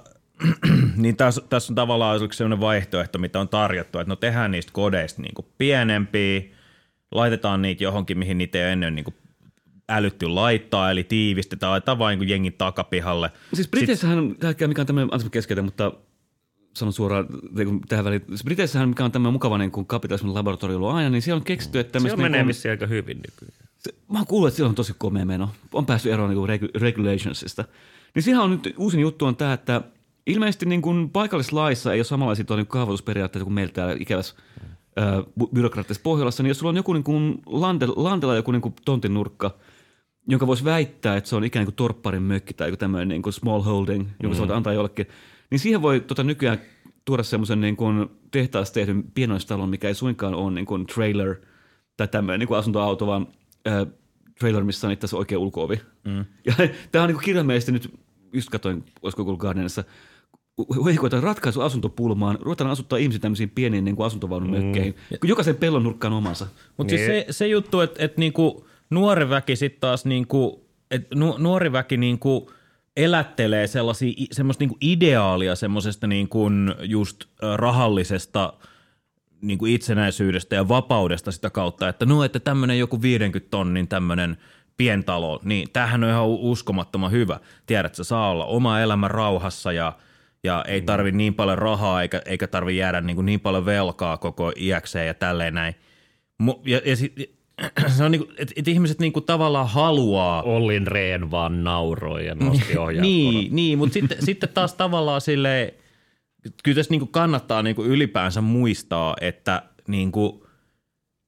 niin tässä, tässä on tavallaan sellainen vaihtoehto, mitä on tarjottu, että no tehdään niistä kodeista niin kuin pienempiä, laitetaan niitä johonkin, mihin niitä ei ennen niin kuin älytty laittaa, eli tiivistetään, laitetaan vain niin jengin takapihalle. Siis Briteissähän, tämäkään mikä on tämmöinen, anteeksi keskeytä, mutta sanon suoraan niin kuin tähän väliin. Siis Briteissähän mikä on tämmöinen mukava niin kuin kapitalismin laboratorio ollut aina, niin siellä on keksitty, että Siellä tämmöistä... menee niin vissiin aika hyvin nykyään. se, mä oon kuullut, että siellä on tosi komea meno. On päässyt eroon niin kuin regu- regulationsista. Niin siinä on nyt uusin juttu on tämä, että ilmeisesti niin kuin paikallislaissa ei ole samanlaisia niin kaavoitusperiaatteita kuin meillä täällä ikävässä ää, bu- byrokraattisessa Pohjolassa, niin jos sulla on joku niin kuin lante, lantella joku niin kuin tontin nurkka, jonka voisi väittää, että se on ikään kuin torpparin mökki tai joku tämmöinen niin kuin small holding, jonka mm. sä voit antaa jollekin, niin siihen voi tota, nykyään tuoda semmoisen niin kuin tehtaasta tehdyn pienoistalon, mikä ei suinkaan ole niin kuin trailer tai tämmöinen niin kuin asuntoauto, vaan ää, trailer, missä on itse asiassa oikea ulko-ovi. Mm. Ja tämä on niin kuin kirjaimellisesti nyt, just katsoin, olisiko kuullut Guardianissa, heikoita ratkaisu asuntopulmaan, ruvetaan asuttaa ihmisiä tämmöisiin pieniin niin kuin asuntovaunumökkeihin, mm. kun jokaisen pellon nurkkaan omansa. Mutta Niin. siis se, se juttu, että et niinku nuori väki sitten taas, niinku, että nu, nuori väki niinku elättelee sellaisia, semmoista niinku ideaalia semmoisesta niinku just ö, rahallisesta niinku itsenäisyydestä ja vapaudesta sitä kautta, että no, että tämmöinen joku viidenkymmenen tonnin tämmöinen pientalo, niin tämähän on ihan uskomattoman hyvä. Tiedät, sä saa olla oma elämä rauhassa ja ja ei tarvi niin paljon rahaa eikä, eikä tarvi jäädä niin, kuin niin paljon velkaa koko iäkseen ja tälleen näin. Mu- ja, ja sit, se on niin kuin, että et ihmiset niin kuin tavallaan haluaa. Ollin Rehn vaan nauroi ja nosti ohjaa. Niin, niin mutta sitten, sitten taas tavallaan silleen, kyllä tässä niin kuin kannattaa niin kuin ylipäänsä muistaa, että niin kuin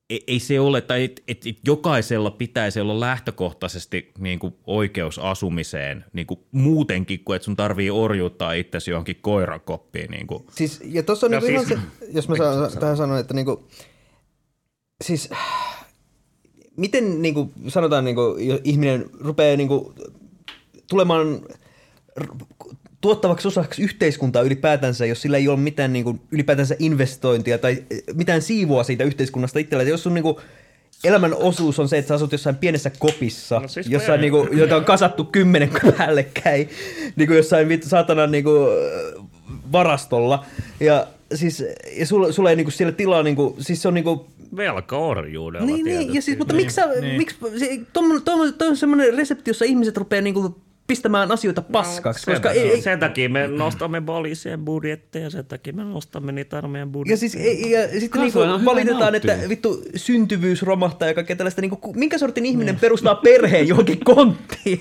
ei, ei se ole, tai et, et, et jokaisella pitäisi olla lähtökohtaisesti niin kuin oikeus asumiseen niin kuin muutenkin, kuin että sun tarvii orjuuttaa itsesi johonkin koirankoppiin. Niin kuin. Siis, ja tuossa on no niin siis, ihan se, jos mä saan, tähän sanon, että niin kuin, siis miten niin kuin sanotaan, niin kuin, jos ihminen rupeaa niin kuin, tulemaan tuottavaksi osaksi yhteiskuntaa ylipäätänsä, jos sillä ei ole mitään niin kuin, ylipäätänsä investointia tai mitään siivua siitä yhteiskunnasta itsellä. Jos sun niin kuin, elämän osuus on se, että sä asut jossain pienessä kopissa, no siis jossain, niin kuin, jota on kasattu kymmenen päällekkäin, niin kuin jossain vittu saatanan niin kuin, varastolla. Ja, siis, ja sulla, sulla ei niin kuin, siellä tilaa, niin kuin, siis se on niin kuin, velkaorjuudella niin, niin, ja siis, mutta niin, miksi sä, niin. miksi, tuo on semmoinen resepti, jossa ihmiset rupeaa niin kuin, pistämään asioita paskaksi. No, koska sen, ei, sen takia me nostamme poliisien budjetteja, sen takia me nostamme niitä armeijan budjetteja. Ja, siis, ja, ja sitten niinku valitetaan, että vittu syntyvyys romahtaa ja kaikkea tällaista. Niinku, minkä sortin ihminen no. perustaa perheen johonkin konttiin?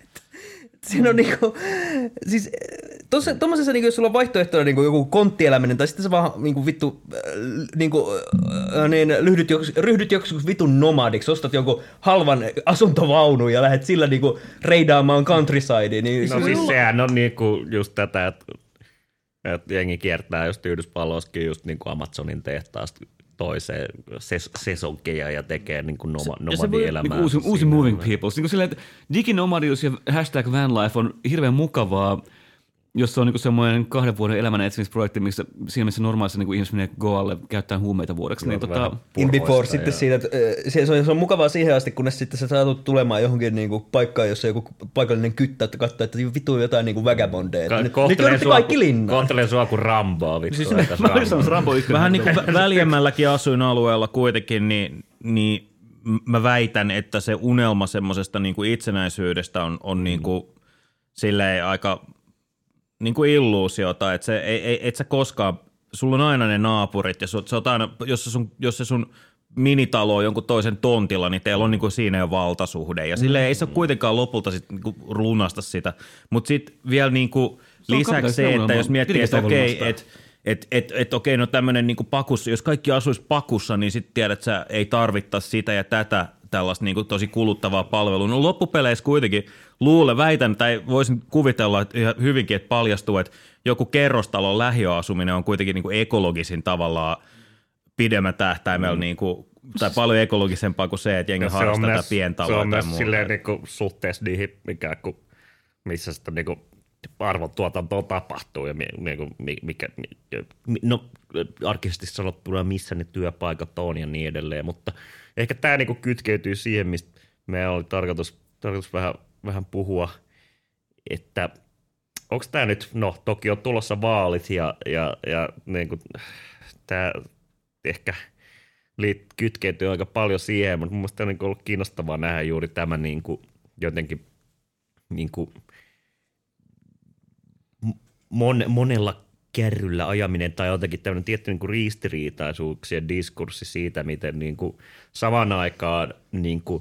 Siinä on niinku, siis tuommoisessa, niinku, jos sulla on vaihtoehtona niinku, joku konttieläminen, tai sitten sä vaan niinku, vittu, niinku, niin, lyhdyt, ryhdyt joskus vitun nomadiksi, ostat jonkun halvan asuntovaunun ja lähdet sillä niinku, reidaamaan countrysideen. Niin, no siis sehän on niinku, just tätä, että et jengi kiertää just Yhdysvalloissakin just niinku Amazonin tehtaasta toiseen ses- sesonkeja ja tekee niin kuin noma- nomadielämää. Niin uusi, uusi moving people. Niin silleen, että diginomadius ja hashtag vanlife on hirveän mukavaa, jos se on niin semmoinen kahden vuoden elämän etsimisprojekti, missä siinä missä normaalissa niin ihmiset menee Goalle käyttää huumeita vuodeksi. Niin, tota, in before sitten siinä, että se on, se on mukavaa siihen asti, kunnes sitten sä saatut tulemaan johonkin niin kuin paikkaan, jossa joku paikallinen kyttä, että katsoo, että vittu jotain niin kuin vagabondeja. Ka- kohtelen, sua, kohtelen sua kuin Ramboa. Vittu, siis Rambo. Rambo vähän niin kuin väljemmälläkin asuinalueella kuitenkin, niin, niin mä väitän, että se unelma semmoisesta niin kuin itsenäisyydestä on, on niin kuin silleen aika niin kuin illuusiota, että se, ei, ei, et sä koskaan, sulla on aina ne naapurit ja sä oot aina, jos se sun, jos se sun minitalo on jonkun toisen tontilla, niin teillä on niin kuin siinä jo valtasuhde ja silleen ei se kuitenkaan lopulta sit niin kuin lunasta sitä, mutta sitten vielä niin kuin lisäksi se, että jos miettii, että okei, että et, et, et, okei, no tämmöinen niin kuin pakussa, jos kaikki asuisi pakussa, niin sitten tiedät, että sä ei tarvittaisi sitä ja tätä tällaista niin kuin tosi kuluttavaa palvelua. No loppupeleissä kuitenkin luulen, väitän, tai voisin kuvitella että hyvinkin, että paljastuu, että joku kerrostalon lähiöasuminen on kuitenkin niin kuin ekologisin tavallaan pidemmän tähtäimellä, mm. niin kuin, tai paljon ekologisempaa kuin se, että jengi harrastaa tätä pientaloa. Se on myös silleen niin kuin suhteessa niihin, mikä, kun, missä sitä niin kuin arvotuotantoa tapahtuu ja niin kuin, mikä, no arkisesti sanottuna missä ne työpaikat on ja niin edelleen, mutta ehkä tämä niinku kytkeytyy siihen, mistä meidän oli tarkoitus, tarkoitus vähän, vähän puhua, että onko tämä nyt, no toki on tulossa vaalit ja, ja, ja niinku, tämä ehkä liit, kytkeytyy aika paljon siihen, mutta mun mielestä on niinku ollut kiinnostavaa nähdä juuri tämä niinku, jotenkin niinku, mon, monella kärryllä ajaminen tai jotenkin tämmöinen tietty niin kuin ristiriitaisuuksien diskurssi siitä, miten niin kuin samaan aikaan niin kuin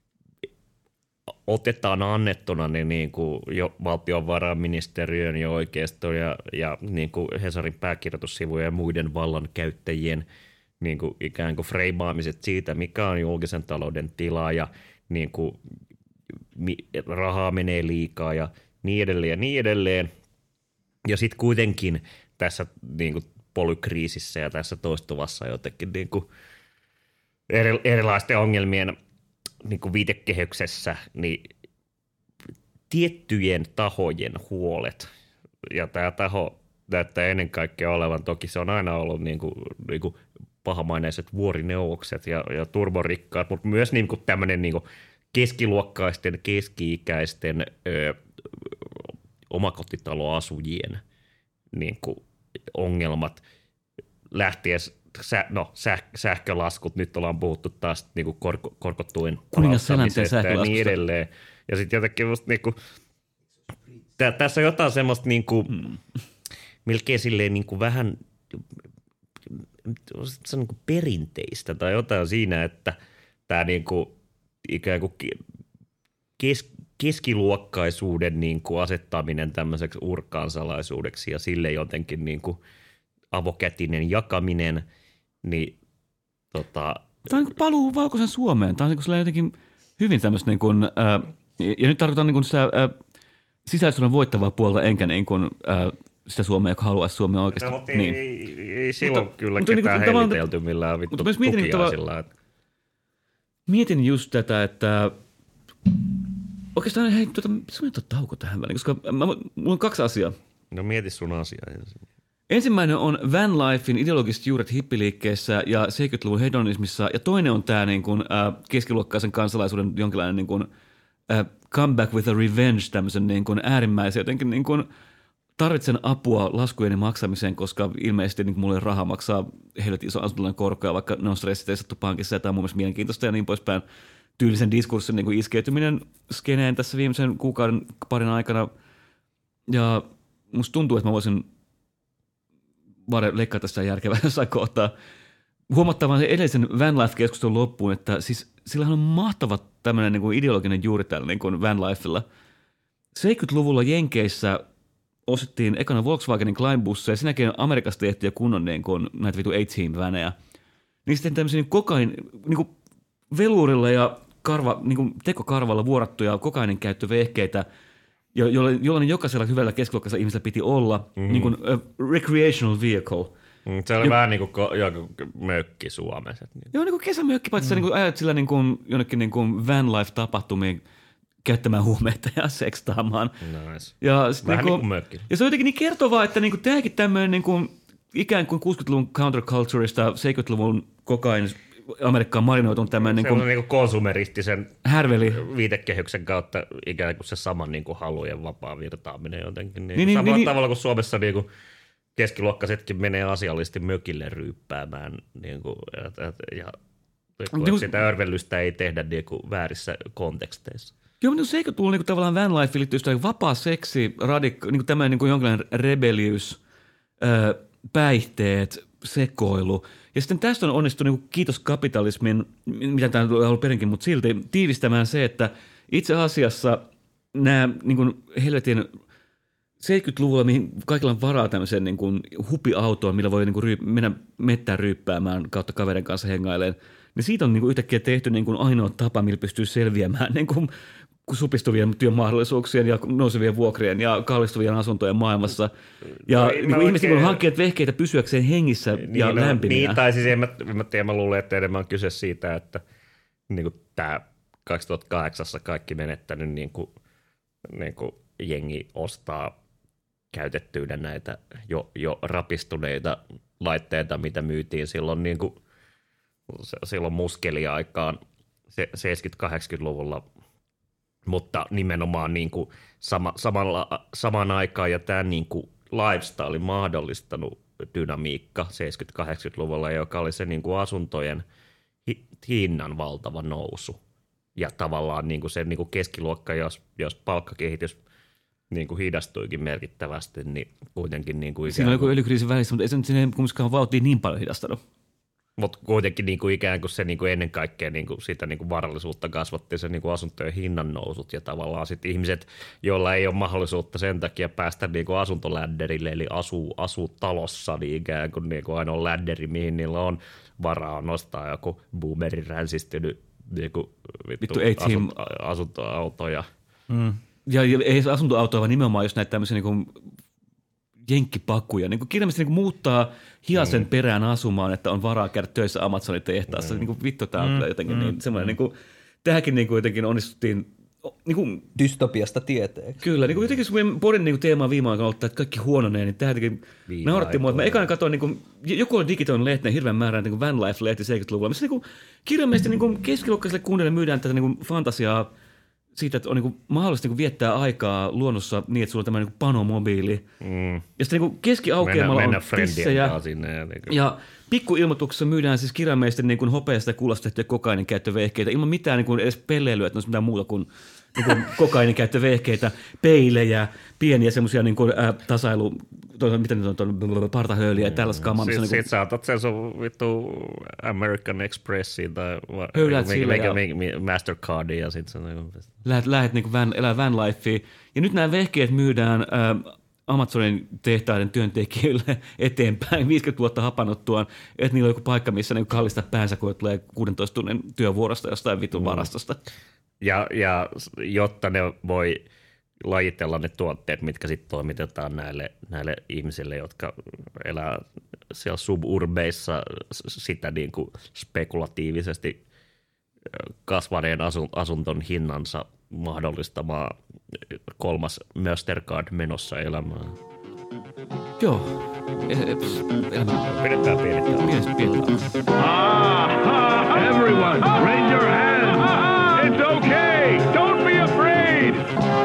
otetaan annettuna ne niin kuin jo valtiovarainministeriön ja oikeiston ja, ja niin kuin Hesarin pääkirjoitussivujen ja muiden vallankäyttäjien niin kuin ikään kuin freimaamiset siitä, mikä on julkisen talouden tila ja niin kuin rahaa menee liikaa ja niin edelleen ja niin edelleen. Ja sitten kuitenkin tässä niin kuin polykriisissä ja tässä toistuvassa jotenkin niin kuin eri, erilaisten ongelmien niin kuin viitekehyksessä, niin tiettyjen tahojen huolet, ja tämä taho näyttää ennen kaikkea olevan, toki se on aina ollut niin kuin, niin kuin pahamaineiset vuorineuvokset ja, ja turborikkaat, mutta myös niin kuin tämmöinen niin kuin keskiluokkaisten, keski-ikäisten ö, omakotitaloasujien niin kuin ongelmat lähtien, sä, no säh, sähkölaskut, nyt ollaan puhuttu taas niin kuin korko, korkotuen palauttamisesta ja niin edelleen. Ja sitten jotenkin musta niin kuin, tä, tässä on jotain semmoista niin kuin, mm. melkein silleen niin kuin vähän se on niin kuin perinteistä tai jotain siinä, että tämä niin kuin ikään kuin kes, keskiluokkaisuuden niin kuin asettaminen tämmöiseksi urkaansalaisuudeksi ja sille jotenkin niin kuin avokätinen jakaminen, niin tota, tämä on niin paluu valkoisen Suomeen. Tämä on niin jotenkin hyvin tämmöistä, niin kuin, ää, ja nyt tarkoitan niin kuin sitä ää, sisällyssodan voittavaa puolta, enkä niin kuin, ää, sitä Suomea, joka haluaisi Suomea oikeasti. No, mutta niin. ei, ei, ei silloin mutta, kyllä mutta, ketään niin hellitelty millään vittu tukiaisilla. Niin, mietin just tätä, että oikeastaan, hei, tuota, se on tauko tähän väliin, koska mä, mulla on kaksi asiaa. No mieti sun asiaa ensin. Ensimmäinen on Van Lifein ideologiset juuret hippiliikkeessä ja seitsemänkymmentäluvun hedonismissa, ja toinen on tämä niin kuin, äh, keskiluokkaisen kansalaisuuden jonkinlainen niin kuin, äh, comeback with a revenge, tämmöisen niin kuin, äärimmäisen jotenkin niin kuin, tarvitsen apua laskujeni maksamiseen, koska ilmeisesti niin mulle raha maksaa helvetin iso asuntolainen korkoja, vaikka ne on stressiteistettu pankissa, ja tämä on mun mielestä mielenkiintoista ja niin poispäin. Tyylisen diskurssin niin kuin iskeytyminen skeneen tässä viimeisen kuukauden parin aikana, ja musta tuntuu, että mä voisin vaan leikata sitä järkevää jossain kohtaa. Huomattavan se edellisen Van Life-keskustelun loppuun, että siis sillähän on mahtava tämmöinen niin kuin ideologinen juuri täällä niin kuin Van Lifella. seitsemänkymmentäluvulla Jenkeissä ostettiin ekana Volkswagenin Kleinbusseja, sen jälkeen Amerikasta tehtiin kunnon niin kuin, näitä vitu A-Team-vänejä. Niin sitten tämmöisiä niin kokain, niin kuin veluurilla ja karva, niin kuin tekokarvalla vuorattuja kokainin käyttövehkeitä, jo, jollainen jokaisella hyvällä keskiluokkaisella ihmisellä piti olla mm-hmm. niin kuin a recreational vehicle. Mm, se oli jo, vähän niin kuin ko, joku mökki Suomessa. Joo, niin kuin kesämökki, paitsi mm. sä niin kuin ajat sillä niin kuin, jonnekin niin kuin van life-tapahtumiin käyttämään huumeita ja sekstaamaan. Nice. Ja vähän niin kuin, niin kuin mökki. Ja se on jotenkin niin kertovaa, että niin kuin tämäkin tämmöinen niin kuin, ikään kuin kuusikymmentäluvun counterculturista, seitsemänkymmentäluvun kokain Amerikkaan marinoitun tämän niin kuin, niin kuin konsumeristisen härveli viitekehyksen kautta ikään kuin se sama niin kuin halujen vapaa virtaaminen jotenkin. Niin, niin, niin, samalla niin, tavalla kuin Suomessa niin kuin keskiluokkaisetkin menee asiallisesti mökille ryyppäämään niin kuin, ja, ja niin, sitä örvellystä ei tehdä niin kuin väärissä konteksteissa. Joo, mutta se eikö tullut niin kuin, tavallaan van life liittyy sitä vapaa seksi, radik- niin kuin tämmöinen niin kuin jonkinlainen rebellius, öö, päihteet, sekoilu. Ja sitten tästä on onnistunut, niin kiitos kapitalismin, mitä tämä on ollut perinkin, mutta silti tiivistämään se, että itse asiassa nämä niin kuin helvetin seitsemänkymmentäluvulla, mihin kaikilla on varaa tämmöiseen niin kuin hupiautoon, millä voi niin kuin ryy- mennä mettään ryyppäämään kautta kaverin kanssa hengailemaan, niin siitä on niin kuin yhtäkkiä tehty niin kuin ainoa tapa, millä pystyy selviämään niin kuin supistuvien työmahdollisuuksien ja nousevien vuokrien ja kallistuvien asuntojen maailmassa. Ja no, niin kuin ihmiset on hankkineet vehkeitä pysyäkseen hengissä niin, ja no, lämpiminä. Niin, tai siis en mä, mä tiedän, mä luulen, että enemmän on kyse siitä, että niin kuin tämä kaksituhattakahdeksan kaikki menettänyt niin kuin, niin kuin jengi ostaa käytettyinä näitä jo, jo rapistuneita laitteita, mitä myytiin silloin, niin kuin, silloin muskeliaikaan seitsemänkymmentä-kahdeksankymmentäluvulla, mutta nimenomaan niin kuin sama, samalla, samaan aikaan ja tämä niin kuin lifestyle mahdollistanut dynamiikka seitsemänkymmentä-kahdeksankymmentäluvulla, joka oli se niin kuin asuntojen hi, hinnan valtava nousu ja tavallaan niin kuin se niin kuin keskiluokka, jos, jos palkkakehitys niin kuin hidastuikin merkittävästi, niin kuitenkin niin kuin siinä on joku öljykriisin välissä, mutta ei se nyt sinne kumminkaan vauhtia niin paljon hidastanut. Mutta kuitenkin niin kuin ikään kuin se niin kuin ennen kaikkea niin kuin sitä niin kuin varallisuutta kasvatti se niin kuin asuntojen hinnan nousut ja tavallaan sitten ihmiset, joilla ei ole mahdollisuutta sen takia päästä niin kuin asuntolädderille, eli asuu, asuu talossa niin ikään kuin, niin kuin ainoa lädderi, mihin niillä on varaa nostaa joku boomerin ränsistynyt niin kuin vittu, vittu asunt, asuntoautoja. Mm. Ja, ja ei se asuntoautoa, vaan nimenomaan jos näitä tämmöisiä niin jenkkipakkuja. Niin kirjallisesti niin muuttaa hiasen mm. perään asumaan, että on varaa käydä töissä Amazonin tehtaassa. Mm. Niin vittu tämä on mm. jotenkin mm. niin, semmoinen, niin kuin, tähänkin niin kuin jotenkin onnistuttiin. Niin kuin, dystopiasta tieteeksi. Kyllä, niin kuin jotenkin sun podin niin teema viime aikoina ollut, että kaikki huononee, niin tähän jotenkin naurattiin mua. Mä ekana katsoin, niin kuin, joku on digitoinut lehteen hirveän määrän niin Van Life-lehti seitsemänkymmentäluvulla, missä niin kirjallisesti niin keskiluokkaiselle kunnille myydään tätä niin fantasiaa siitä, että on niin mahdollista niin viettää aikaa luonnossa niin, että sulla on tämmöinen niin panomobiili. Mm. Ja sitten niin keskiaukeamalla on tissejä. Ja, niin ja pikkuilmoituksessa myydään siis kirjaimellisesti niin hopeasta ja kuulasta tehtyjä kokainin käyttövehkeitä ilman mitään niin kuin edes pelleilyä, että ne on mitään muuta kuin, niin kuin kokainin käyttövehkeitä, peilejä, pieniä semmoisia niin kuin, äh, tasailu, to, mitä nyt on, on partahöyliä ja mm. tällaista kamaa. Sitten niin sit sä otat sen sun vittu American Expressiin tai Mastercardiin ja sitten se lähet, lähet niin kuin van, elää van lifea. Ja nyt nämä vehkeet myydään äh, Amazonin tehtaiden työntekijöille eteenpäin viisikymmentä vuotta hapanuttuaan, että niillä on joku paikka, missä ne kallistaa päänsä, kun tulee kuudentoista tunnin työvuorosta jostain vitun mm. varastosta. Ja, ja jotta ne voi lajitella ne tuotteet, mitkä sitten toimitetaan näille, näille ihmisille, jotka elää siellä suburbeissa sitä niin kuin spekulatiivisesti kasvaneen asun, asunton hinnansa mahdollistamaan kolmas Mastercard menossa elämään. Joo. Elämä. Pidetään pienetään. Pienestä pienetään. Ah, everyone, raise your hands. It's okay. Don't be afraid.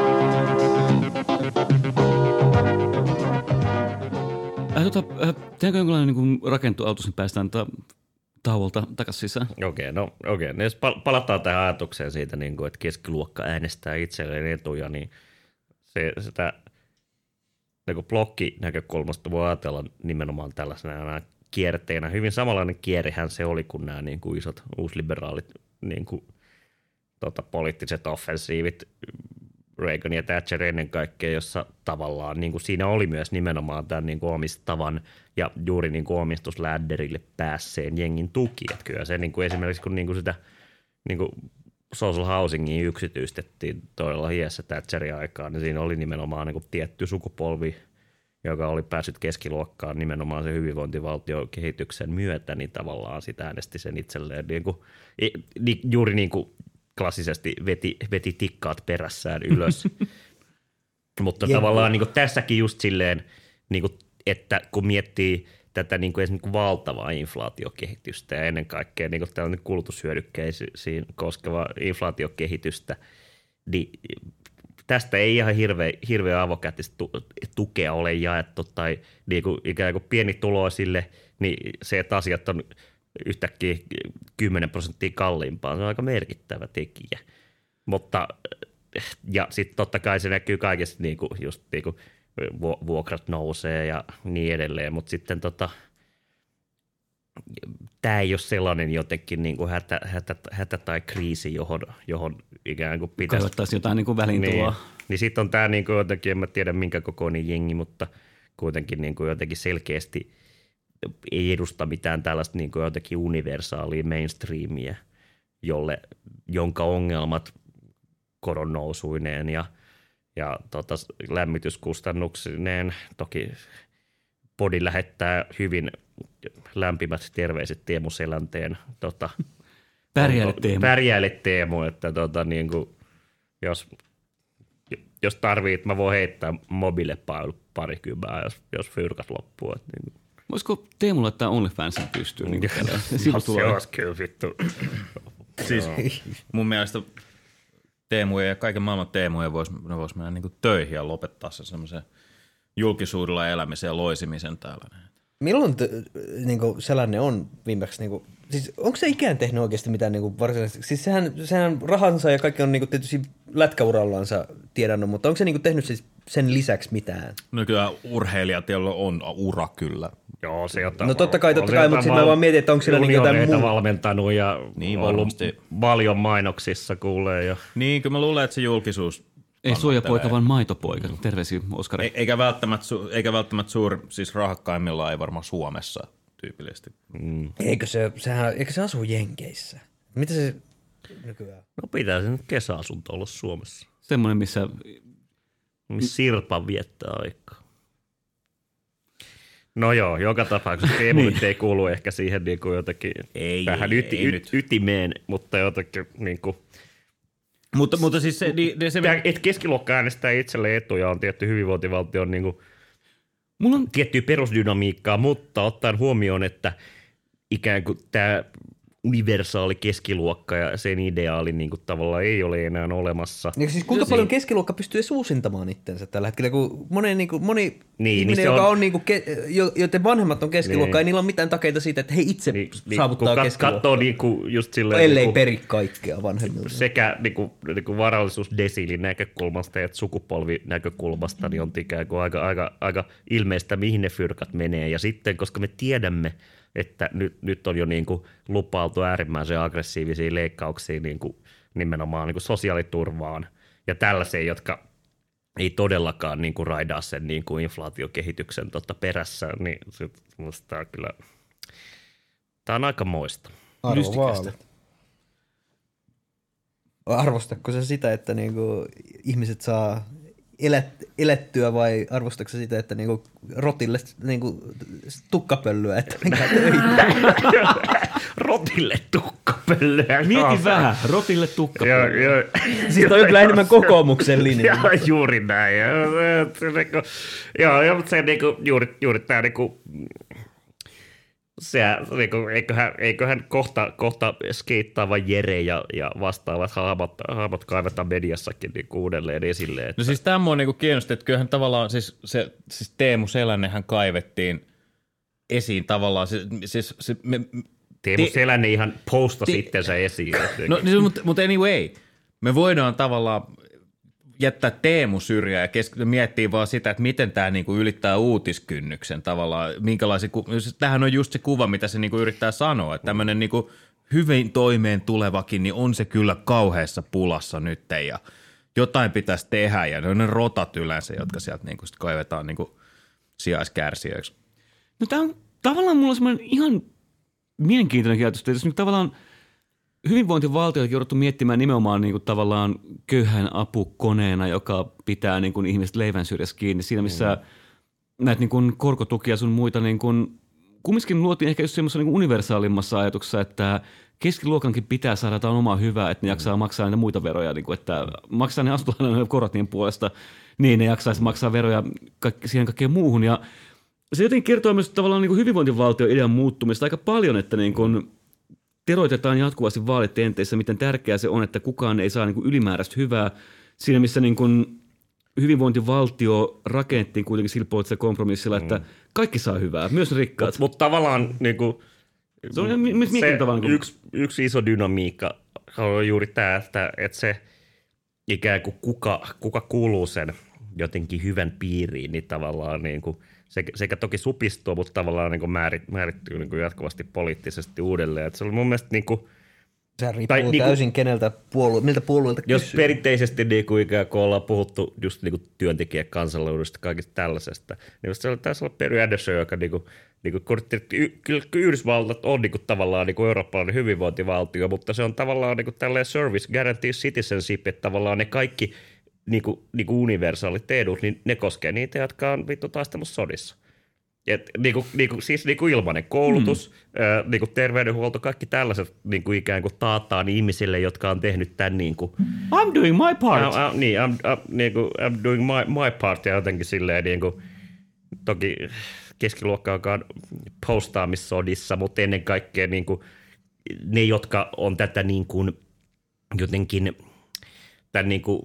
Äh, tota, äh, tehdäänkö jonkinlainen niin rakentuautos, niin päästään ta- tauolta takaisin sisään? Okei, okay, no okei. Okay. Jos palataan tähän ajatukseen siitä, niin kuin, että keskiluokka äänestää itselleen etuja, niin se, sitä niin blokkinäkökulmasta voi ajatella nimenomaan tällaisena kierteenä. Hyvin samanlainen kierrehän se oli kuin nämä niin kuin isot uusliberaalit niin kuin, tota, poliittiset offensiivit, Reagan ja Thatcher ennen kaikkea, jossa tavallaan niin kuin siinä oli myös nimenomaan tämän niin kuin omistavan ja juuri niin kuin omistuslädderille päässeen jengin tuki. Että kyllä se niin kuin esimerkiksi kun niin kuin sitä niin kuin social housingia yksityistettiin todella hiessä Thatcherin aikaan, niin siinä oli nimenomaan niin kuin tietty sukupolvi, joka oli päässyt keskiluokkaan nimenomaan sen hyvinvointivaltiokehityksen myötä, niin tavallaan sitä äänesti sen itselleen niin kuin, juuri niin kuin klassisesti veti, veti tikkaat perässään ylös. Mutta Jep. tavallaan niin kuin tässäkin just silleen, niin kuin, että kun miettii tätä niin kuin esimerkiksi valtavaa inflaatiokehitystä ja ennen kaikkea niin kuin tällainen kulutushyödykkeisiin koskeva inflaatiokehitystä, niin tästä ei ihan hirveä, hirveä avokätistä tukea ole jaettu tai niin kuin ikään kuin pienituloisille, niin se, että asiat on yhtäkkiä kymmenen prosenttia kalliimpaa, se on aika merkittävä tekijä. Mutta, ja sitten totta kai se näkyy kaikessa, niin kuin, just niin kuin vuokrat nousee ja niin edelleen, mutta sitten tota, tämä ei ole sellainen jotenkin niin kuin hätä, hätä, hätä tai kriisi, johon, johon ikään kuin pitäisi. Kaivattaisiin jotain niin kuin väliintuloa. Niin, niin sitten on tämä niin kuin jotenkin, en mä tiedä minkä kokoinen jengi, mutta kuitenkin niin kuin jotenkin selkeästi ei edusta mitään tällaista niin kuin jotenkin universaalia mainstreamia, jolle, jonka ongelmat koronnousuineen ja, ja tota, lämmityskustannuksineen, toki Podi lähettää hyvin lämpimät terveiset Teemu Selänteen. Tota, Pärjäile Teemu. Pärjäile Teemu, että tota, niin kuin, jos, jos tarvii, mä voin heittää mobile parikymmentä, jos, jos fyrkat loppuu. Että, niin kuin. Voisiko Teemu laittaa OnlyFansin pystyyn? Niin se olisi kyllä vittu. Siis mun mielestä Teemuja ja kaiken maailman Teemuja vois, ne vois mennä niin kuin töihin ja lopettaa se semmoisen julkisuudella elämisen ja loisimisen täällä. Milloin t- niinku sellainen on viimeksi, niinku, siis onko se ikään tehnyt oikeasti mitään niinku varsinaisesti, siis sehän, sehän rahansa ja kaikki on niinku tietysti lätkäurallansa tiedannut, mutta onko se niinku tehnyt siis sen lisäksi mitään? No kyllä urheilijat, joilla on ura kyllä. Joo, se jotain. No totta kai, totta kai, mutta sitten mä vaan mietin, että onko sillä niinku jotain muu. valmentanut ja niin, ollut varmasti paljon mainoksissa kuulee. Ja. Niin, kyllä mä luulen, että se julkisuus ei suojapoika, vaan maitopoika. Terveisiä, Oskari. E- eikä välttämättä, su- eikä välttämättä suuri, siis rahakkaimmillaan ei varmaan Suomessa tyypillisesti. Mm. Eikö se, sehän, eikö se asu Jenkeissä? Mitä se nykyään? No pitää se nyt kesäasunto olla Suomessa. Semmoinen, missä Sirpa viettää aikaa. No joo, joka tapauksessa Teemu niin. ei kuulu ehkä siihen niin kuin jotenkin ei, vähän yti, ei y, ytimeen, mutta jotenkin niin kuin Mutta, mutta siis se, niin, se... Tämä, että keskiluokka äänestää itselleen etuja on tietty hyvinvointivaltion niin kuin, mulla on tiettyä perusdynamiikkaa, mutta ottaen huomioon, että ikään kuin tämä universaali keskiluokka ja sen ideaali niin kuin tavallaan ei ole enää olemassa. Ja siis kuinka paljon keskiluokka pystyy uusintamaan itsensä tällä hetkellä, kun moni, niin kuin, moni niin, ihminen, niin joka on, on niin kuin, joten vanhemmat on keskiluokka, niin. ei niillä ole mitään takeita siitä, että he itse niin, saavuttaa kun keskiluokkaa. Katsoo niin kuin just silleen, ellei niin kuin, peri kaikkea vanhemmilta. Sekä niin kuin, niin kuin varallisuusdesiilin näkökulmasta että sukupolvin näkökulmasta niin on ikään kuin aika, aika, aika ilmeistä, mihin ne fyrkat menee. Ja sitten, koska me tiedämme, että nyt, nyt on jo niin kuin lupailtu äärimmäisen aggressiivisia leikkauksia niin kuin nimenomaan niin kuin sosiaaliturvaan ja tällaiseen, jotka ei todellakaan niin kuin raidaa sen niin kuin inflaatiokehityksen tota perässä, niin minusta tämä on kyllä, tämä on aika moista. Arvovaalit. Arvostatko sä sitä, että niinku ihmiset saa elät, elettyä vai arvostatko sä sitä, että niinku rotille niinku tukkapölyä, että minkä töitä? Rotille tukkapölyä. Mieti vähän, rotille tukkapölyä. Siitä on kyllä enemmän kokoomuksen linja. Ja juuri näin. Joo, mutta se niinku, juuri, juuri tämä niinku, se, niinku, eiköhän, eiköhän kohta, kohta skeittaava Jere ja, ja vastaavat hahmot, hahmot kaivetaan mediassakin niinku uudelleen esille. Että... No siis tämä mua niinku kiinnosti, että kyllähän tavallaan siis, se, siis Teemu Selännehän kaivettiin esiin tavallaan. Siis, siis, se, me, Teemu te, Selänne ihan postasi te, itsensä esiin. No mutta mut anyway, me voidaan tavallaan jättää Teemu syrjään ja keskittyä miettiä vaan sitä, että miten tämä niinku ylittää uutiskynnyksen tavallaan. Minkälaisia, tämähän on just se kuva, mitä se niinku yrittää sanoa, että tämmöinen niinku hyvin toimeen tulevakin, niin on se kyllä kauheassa pulassa nyt ja jotain pitäisi tehdä ja ne on ne rotat yleensä, jotka sieltä niinku sit kaivetaan niinku sijaiskärsijöiksi. No tämä on tavallaan mulla semmoinen ihan mielenkiintoinen ajatus, että jos nyt tavallaan hyvinvointivaltioita jouduttu miettimään nimenomaan niin kuin tavallaan köyhän apukoneena, joka pitää niin kuin ihmiset leivän syrjässä kiinni. Siinä missä mm. näitä niin kuin korkotukia sun muita niin kuin, kumminkin luotiin ehkä just semmoisessa niin kuin universaalimmassa ajatuksessa, että keskiluokankin pitää saada jotain omaa hyvää, että ne jaksaa maksaa näitä muita veroja, niin kuin, että maksaa ne asuntolainan korot niin puolesta, niin ne jaksaisi maksaa veroja kaikki, siihen kaikkeen muuhun. Ja se jotenkin kertoo myös tavallaan niin kuin hyvinvointivaltio-idean muuttumista aika paljon, että niin kuin teroitetaan jatkuvasti vaalitenteissä, miten tärkeää se on, että kukaan ei saa niin kuin ylimääräistä hyvää. Siinä, missä niin kuin hyvinvointivaltio rakennettiin kuitenkin sillä poliittisella kompromissilla, että mm. kaikki saa hyvää, myös rikkaat. Mutta mut tavallaan niin kuin, se, on, mi- mi- se tavallaan, kun... yksi, yksi iso dynamiikka on juuri tämä, että, että se ikään kuin kuka, kuka kuuluu sen jotenkin hyvän piiriin, niin tavallaan niin kuin sekä, sekä toki supistuu, mutta tavallaan niin kuin määrit, määrittyy niin kuin jatkuvasti poliittisesti uudelleen. Että se oli mun mielestä niin kuin, se riippuu tai, täysin niin kuin, keneltä puolue, miltä puolueelta jos kysyy. perinteisesti niin kuin ikään kuin ollaan puhuttu just niin kuin työntekijäkansallisuudesta ja kaikista tällaisesta, niin se taisi olla Perry Anderson, joka niin kuin, niin kuin kortti, että kyllä Yhdysvallat on niin kuin, tavallaan niin kuin eurooppalainen hyvinvointivaltio, mutta se on tavallaan niin kuin tällainen service guarantee citizenship, että tavallaan ne kaikki niinku, niinku universaalit edut, niin ne koskee niitä, jotka on vittu taistelussa sodissa. Et, niinku, niinku, siis niinku ilmainen koulutus, mm. ää, niinku terveydenhuolto, kaikki tällaiset niinku ikään kuin taataan ihmisille, jotka on tehnyt tämän niinku... I'm doing my part. Uh, uh, niin, I'm, uh, niinku, I'm doing my, my part ja jotenkin silleen niinku, toki keskiluokka on postaamissodissa, mutta ennen kaikkea niinku, ne, jotka on tätä niin kuin, jotenkin tämän niin kuin,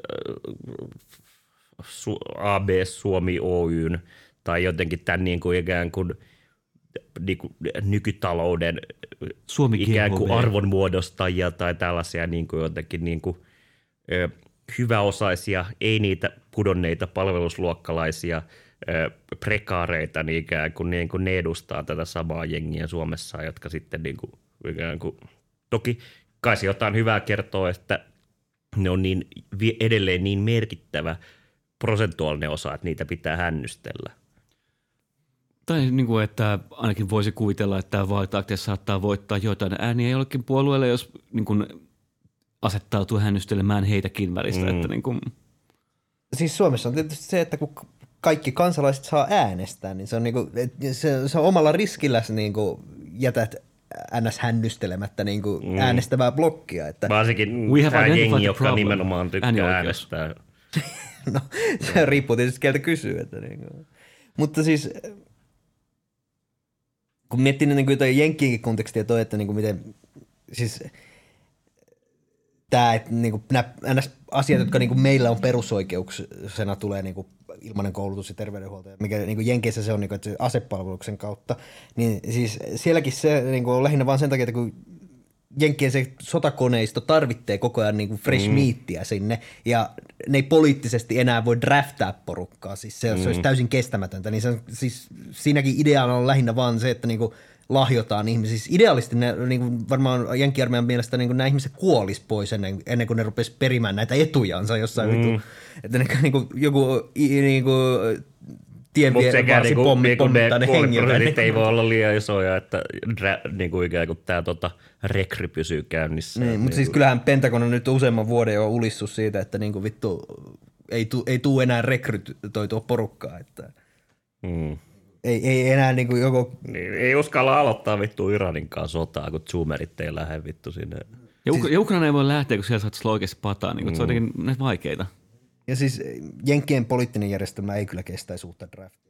A B Suomi Oyn tai jotenkin tämän niin kuin ikään kuin, niin kuin nykytalouden Suomi ikään kuin arvonmuodostajia tai tällaisia niin kuin jotenkin niin kuin, ö, hyväosaisia, ei niitä pudonneita palvelusluokkalaisia ö, prekaareita, niin ikään kuin, niin kuin ne edustaa tätä samaa jengiä Suomessa, jotka sitten niin kuin, ikään kuin, toki kai se jotain hyvää kertoo, että ne on niin, edelleen niin merkittävä prosentuaalinen osa, että niitä pitää hännystellä. Tai niin kuin, että ainakin voisi kuvitella, että vaalitakteessa saattaa voittaa joitain ääniä jollekin puolueelle, jos niin kuin asettautuu hännystelemään heitäkin välistä. Mm. Että niin kuin... Siis Suomessa on tietysti se, että kun kaikki kansalaiset saa äänestää, niin se on, niin kuin, se, se on omalla riskillä niin kuin jätät ns. Hännystelemättä niin kuin mm. äänestävää blokkia. Että... Varsinkin tämä jengi, joka nimenomaan tykkää äänestää. No, se riippuu tietysti keltä kysyy. Että niin kuin. Mutta siis, kun miettii niin kuin jenkkiinkin kontekstia toi, että niin kuin miten, siis tämä, että niin kuin nämä ns. Asiat, jotka niin kuin meillä on perusoikeuksena, tulee niin kuin ilmainen koulutus ja terveydenhuolto, mikä niin kuin Jenkeissä se on niin kuin, että se asepalveluksen kautta, niin siis sielläkin se niin kuin on lähinnä vaan sen takia, että kun Jenkkien se sotakoneisto tarvitsee koko ajan niin kuin fresh mm. meatia sinne, ja ne ei poliittisesti enää voi draftaa porukkaa, siis se, mm. se olisi täysin kestämätöntä, niin se on, siis siinäkin ideana on lähinnä vaan se, että niin kuin lahjotaan ihmisiä. Siis ideaalisesti ne, niin kuin varmaan Jenkki-armeijan mielestä niin kuin nämä ihmiset kuolis pois ennen, ennen kuin ne rupesi perimään näitä etujansa jossain mm. vittu. Että ne niin kuin, joku niin kuin, tien varsi pommi pommittaa ne hengiltä. Mutta ei voi olla liian isoja, että niin kuin ikään kuin tämä tota, rekry pysyy käynnissä. Niin, niin, mutta siis kyllähän Pentagon on nyt useamman vuoden jo ulissut siitä, että niin kuin vittu ei tule ei tuu enää rekrytoitua porukkaa. Että mm. ei, ei enää niin kuin joko... Niin, ei uskalla aloittaa vittu Iraninkaan sotaa, kun zoomerit ei lähde vittu sinne. Ja, Uk- ja Ukraina ei voi lähteä, kun siellä saat oikeasti pataa. Niin, mm. Se on jotenkin näitä vaikeita. Ja siis Jenkkien poliittinen järjestelmä ei kyllä kestäisi uutta draftia.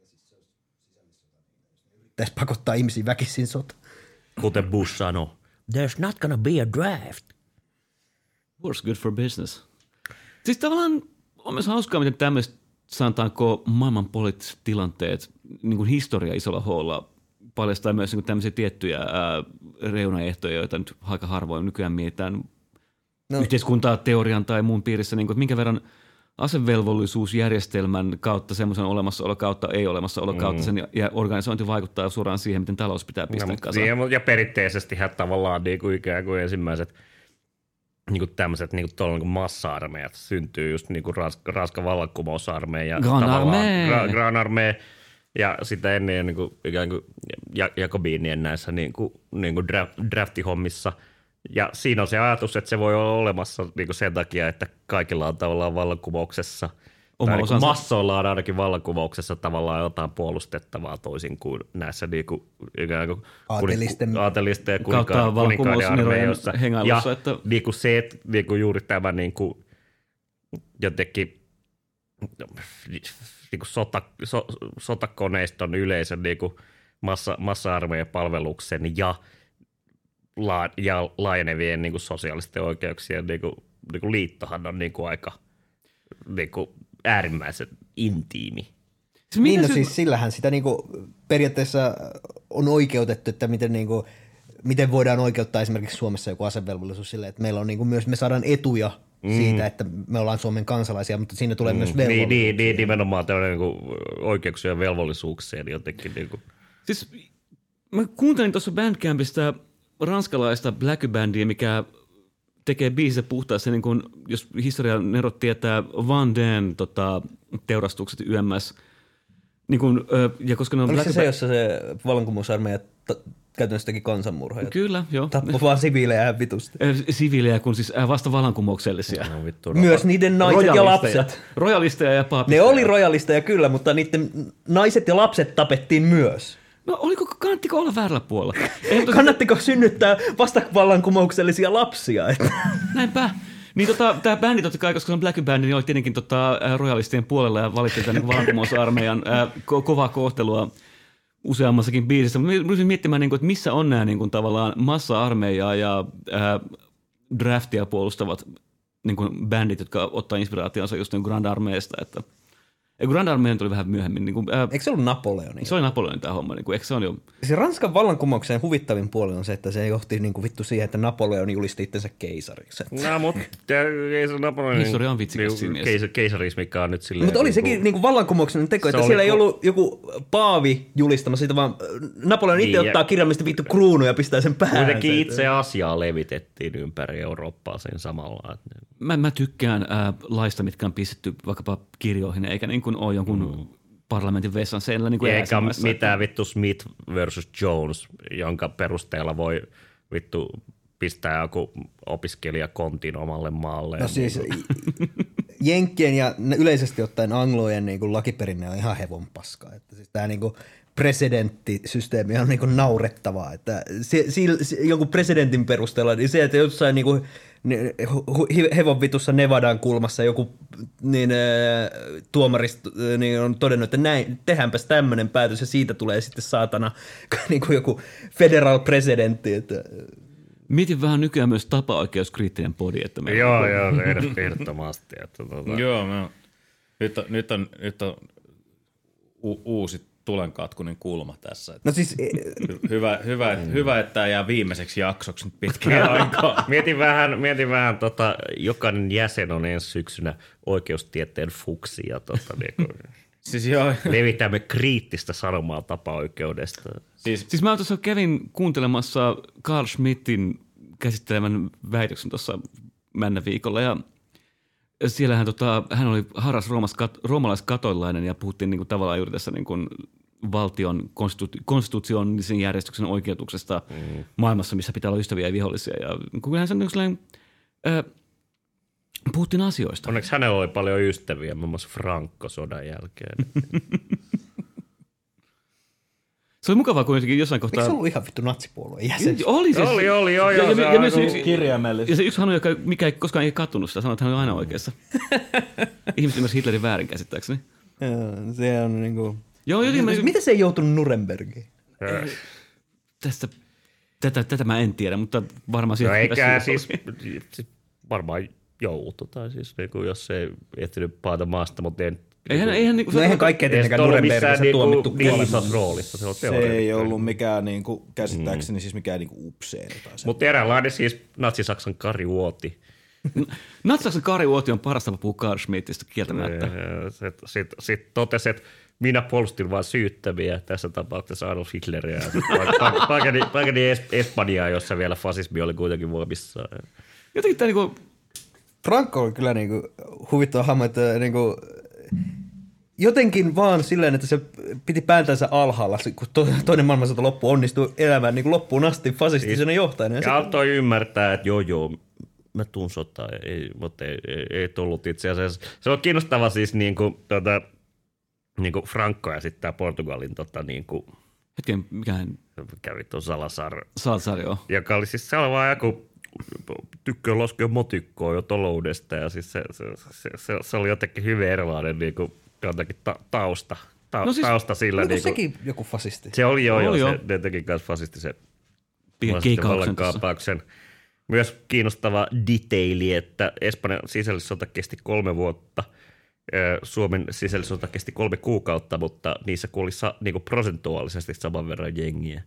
Pitäisi pakottaa ihmisiä väkisin sota. Kuten Bush sanoi, there's not gonna be a draft. War's good for business. Siis tavallaan on myös hauskaa, miten tämmöiset, sanotaanko maailman poliittiset tilanteet, niin kuin historia isolla hoolla, paljastaa myös niin kuin tämmöisiä tiettyjä ää, reunaehtoja, joita nyt aika harvoin nykyään mietitään no. yhteiskuntaa teorian tai muun piirissä, niin kuin, että minkä verran asevelvollisuusjärjestelmän kautta, semmoisen olemassaolo kautta, ei olemassaolo kautta, sen ja organisointi vaikuttaa suoraan siihen, miten talous pitää pistää no, kasaan. Niin, ja perinteisestihän tavallaan niin kuin ikään kuin ensimmäiset niin kuin tämmöiset niin kuin niin kuin massa-armeijat syntyy just niin kuin Ranskan Ranska vallankumousarmeija. Grand Armée. Gra, Grand Armée. Ja sitä ennen niin kuin, ikään kuin Jakobiinien näissä niin kuin, niin kuin draftihommissa. Ja siinä on se ajatus, että se voi olla olemassa niin kuin sen takia, että kaikilla on tavallaan vallankumouksessa, Oma tai niin massoilla on ainakin vallankumouksessa tavallaan jotain puolustettavaa toisin kuin näissä niin kuin, ikään kuin aatelisten, aatelisten ja kuninkaan, kuninkaiden armeijoissa. Ja että... niin kuin se, että niin kuin juuri tämä niin kuin, jotenkin niin kuin sota, so, sotakoneiston yleisen niin kuin massa, massa-armeijan palveluksen ja La- ja laajenevien niin kuin sosiaalisten oikeuksien niin kuin, niin kuin liittohan on niin kuin aika niin kuin äärimmäisen intiimi. Niin, no siis sillähän sitä niin kuin periaatteessa on oikeutettu, että miten, niin kuin, miten voidaan oikeuttaa esimerkiksi Suomessa joku asevelvollisuus silleen, että meillä on niin kuin myös, me saadaan etuja mm. siitä, että me ollaan Suomen kansalaisia, mutta siinä tulee mm. myös velvollisuuksia. Niin, niin, nimenomaan tämmöinen niin kuin oikeuksia ja velvollisuuksia jotenkin. Niin kuin. Siis mä kuuntelin tuossa Bandcampista ranskalaista Black-bändiä, mikä tekee biisiä puhtaasti, niin kun, jos historian nerot tietää, Van Den tota, teurastukset Y M S. Niin kun, ja koska ne on Oliko Black se se, jossa se vallankumousarmeija t- käytännössä teki kansanmurhaa? Kyllä, joo. Tappoi vaan siviilejä vitusti. Siviilejä, kun siis vasta vallankumouksellisia. No, vittu, myös niiden naiset ja lapset. Rojalisteja ja paapisteja. Ne oli rojalisteja kyllä, mutta niiden naiset ja lapset tapettiin myös. No oliko, kannattiko olla väärällä puolella? Kannattiko synnyttää vastavallankumouksellisia lapsia? Näinpä. Niin tota, tämä bändi totta kai, koska se on Black Band, niin oli tietenkin tota, rojalistien puolella ja valittiin tämän niin vallankumousarmeijan äh, ko- kovaa kohtelua useammassakin biisissä. Mä rupesin miettimään, niin kuin, että missä on nämä niin kuin, tavallaan massa-armeijaa ja äh, draftia puolustavat niin kuin, bändit, jotka ottaa inspiraationsa just niin Grand Armeesta, että Grand Armeen tuli vähän myöhemmin. Niin kuin, ää, eikö se ollut Napoleoni? Se oli Napoleonin tämä homma. Niin kuin, eikö se on jo... Se Ranskan vallankumouksen huvittavin puoli on se, että se johti niin kuin vittu siihen, että Napoleoni julisti itsensä keisariksi. No, mutta Napoleonin historia on vitsikäs siinä keis- keisarismikka on nyt silleen... Mutta oli sekin niin kuin vallankumouksen teko, että siellä ei ollut joku paavi julistamassa sitä, vaan Napoleon itse niin, ottaa kirjallisesti vittu kruunu ja pistää sen päähän. Kuitenkin itse asiaa levitettiin ympäri Eurooppaa sen samalla. Mä, mä tykkään äh, laista, mitkä on pistetty vaikkapa kirjoihin, eikä niin kuin ole jonkun mm. parlamentin vessan seinällä. Niin eikä mitään vittu Smith versus Jones, jonka perusteella voi vittu pistää joku opiskelija kontin omalle maalle. No siis jenkkien ja yleisesti ottaen anglojen niin kuin lakiperinne on ihan hevon paskaa. Että siis tämä niin kuin presidenttisysteemi on niin kuin naurettavaa. Että se, se, jonkun presidentin perusteella, niin se, että jossain niin kuin hevon vitussa Nevadan kulmassa joku niin, tuomarista niin on todennut, että näin, tehdäänpäs tämmöinen päätös ja siitä tulee sitten saatana niin kuin joku federal presidentti. Että mietin vähän nykyään myös tapaoikeuskriittinen podi. Että me joo, on... joo, ehdottomasti. Että tuota... Joo, mä... nyt, on, nyt, on, nyt on u- uusi tulenkatkunen kulma tässä. No siis... hyvä, hyvä, mm. hyvä, että tämä jää viimeiseksi jaksoksi nyt pitkään aikaa. Mietin vähän, mietin vähän tota, jokainen jäsen on ensi syksynä oikeustieteen fuksi. Ja tota, niin, Siis joo. Levitämme kriittistä sanomaa tapaoikeudesta. Siis, siis mä tuossa kävin kuuntelemassa Carl Schmittin käsittelemän väitöksen tuossa männä viikolla ja siellähän tota, hän oli harras roomalaiskatolilainen ja puhuttiin niinku tavallaan juuri tässä niinku valtion konstitu- konstitutionaalisen järjestyksen oikeutuksesta mm. maailmassa, missä pitää olla ystäviä ja vihollisia. Ja kyllähän se on sellainen, äh, puhuttiin asioista. Onneksi hänellä oli paljon ystäviä, muun muassa Franco sodan jälkeen. Se oli mukavaa kuitenkin jossain kohtaa. Eikö se ollut ihan vittu natsipuolueen jäsen? Oli siis. Oli, oli, joo, joo. Ja, ja, ja myös yksi, kirjaimellisesti. ja se yksi Hanu, joka mikä ei koskaan ei kattunut sitä, sanoi, että hän oli aina oikeassa. Ihmiset ymmärsi Hitlerin väärin käsittääkseni. Joo, se on niinku... Joo, joten mä... Miten se ei joutunut Nurembergiin? Tästä, tätä, tätä mä en tiedä, mutta varmaan no siitä... eikä siis, siis varmaan joutu, tai siis niinku, jos se ei ehtinyt paata maasta, mutta en... Eihän, eihän, niinku, no eihän kaikkea tietenkään Nurembergissä tuomittu kuolemaan. Roolissa. Se, se ei ollut mikään niinku, käsittääkseni mm. siis mikään niinku upseeri. Mutta eräänlainen siis Natsi-Saksan Kari Uoti. Natsi-Saksan Kari Uoti on paras tapa puhua Carl Schmittistä kieltämättä. Sitten sit, sit totesi, että minä puolustin vain syyttäviä, tässä tapauksessa Adolf Hitleriä. Pakeni, pakeni Espanjaa, jossa vielä fasismi oli kuitenkin voimissaan. Jotenkin tämä niinku... Franco oli kyllä niinku huvittava hahmo, että niinku... Jotenkin vaan silleen, että se piti pääntänsä alhaalla, kun to, toinen maailmansota loppu onnistui elämään niin kuin loppuun asti fasistisena johtajana. Ja, ja antoi ymmärtää, että joo joo, mä tuun sotaan, ei, mutta ei, ei, ei tullut itse asiassa. Se on kiinnostava siis niin kuin, tota, niin kuin Franco ja sitten tämä Portugalin tota, niin kuin, hetken, mikähän? Kävi tuon Salazar. Salazar, joo. Joka oli siis sellainen joku tykkö laskea motikkoa jo taloudesta ja siis se, se, se, se, se oli jotenkin hyvin erilainen niin kuin, jotenkin ta- tausta, ta- no siis, tausta sillä. Oliko niin kuin, sekin joku fasisti? Se oli joo, oli joo, jo. Se, ne teki myös fasistisen vallankaappauksen. Myös kiinnostava detaili, että Espanjan sisällissota kesti kolme vuotta, Suomen sisällissota kesti kolme kuukautta, mutta niissä kuoli sa- niinku prosentuaalisesti saman verran jengiä.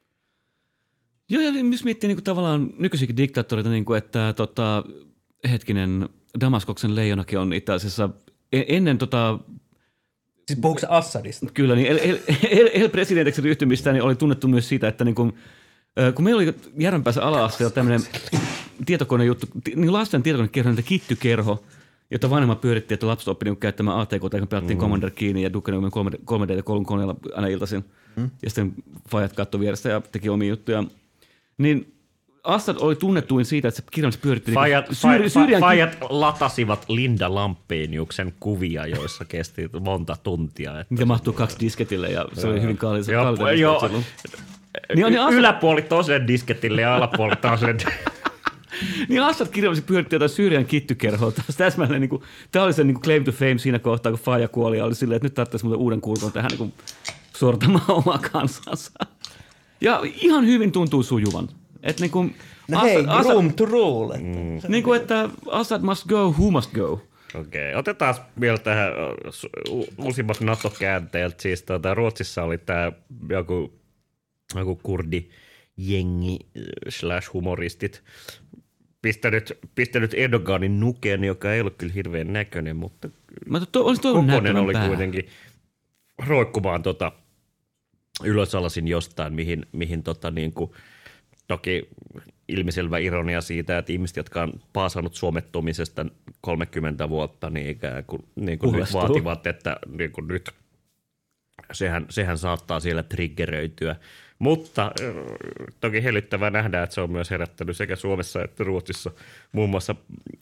Joo, ja myös miettii niinku tavallaan nykyisiäkin diktaattoreita, niinku, että tota, hetkinen, Damaskoksen leijonakin on itse asiassa ennen tota... Siis puhuuko se Assadista? Kyllä, niin El, El, El, El presidentiksi ryhtymistä niin oli tunnettu myös siitä, että niin kun, kun meillä oli Järvenpäässä ala-asteella tämmöinen tietokonejuttu, niin lasten tietokonekerho, niitä kittykerho, jota vanhemmat pyörittiin, että lapset oppi niin käyttämään A T K:ta, kun pelattiin mm. Commander kiinni ja Duke kolme D koulun koneella aina iltaisin. Mm. Ja sitten fajat katsoi vierestä ja teki omia juttuja. Niin Assad oli tunnettuin siitä, että se kirjallisesti pyöritti... Fajat, niin Syyri, Syyrian... Fajat latasivat Linda Lampeniuksen kuvia, joissa kesti monta tuntia. Että mikä mahtuu kaksi disketille ja se oli hyvin kallis. Joo, joo. Niin, niin Assad... Yläpuoli toiselle disketille ja alapuoli toiselle. Niin Assad kirjallisesti pyöritti jotain Syyrian kittykerhoa. Niin kuin, tämä oli se niin kuin claim to fame siinä kohtaa, kun Faija kuoli ja oli silleen, että nyt tarvitsisi mulle uuden kulkon tähän niin kuin sortamaan omaa kansansa. Ja ihan hyvin tuntuu sujuvan. Että niin kuin, no Assad, hei, Assad, room to rule. Mm. Niin kuin, että Assad must go, who must go. Okei, okay. Otetaan vielä tähän uusimmat NATO-käänteeltä. Siis tuota, Ruotsissa oli tämä joku, joku kurdi-jengi slash humoristit pistänyt, pistänyt Erdoganin nukeen, joka ei ollut kyllä hirveän näköinen, mutta to, kokoinen oli pää. Kuitenkin roikkumaan tota, ylösalasin jostain, mihin, mihin tota, niin kuin, toki ilmiselvä ironia siitä, että ihmiset, jotka on paasannut suomettumisesta kolmekymmentä vuotta, niin ikään kuin, niin kuin nyt vaativat, että niin kuin nyt sehän, sehän saattaa siellä triggeröityä. Mutta toki hellyttävää nähdään, että se on myös herättänyt sekä Suomessa että Ruotsissa muun muassa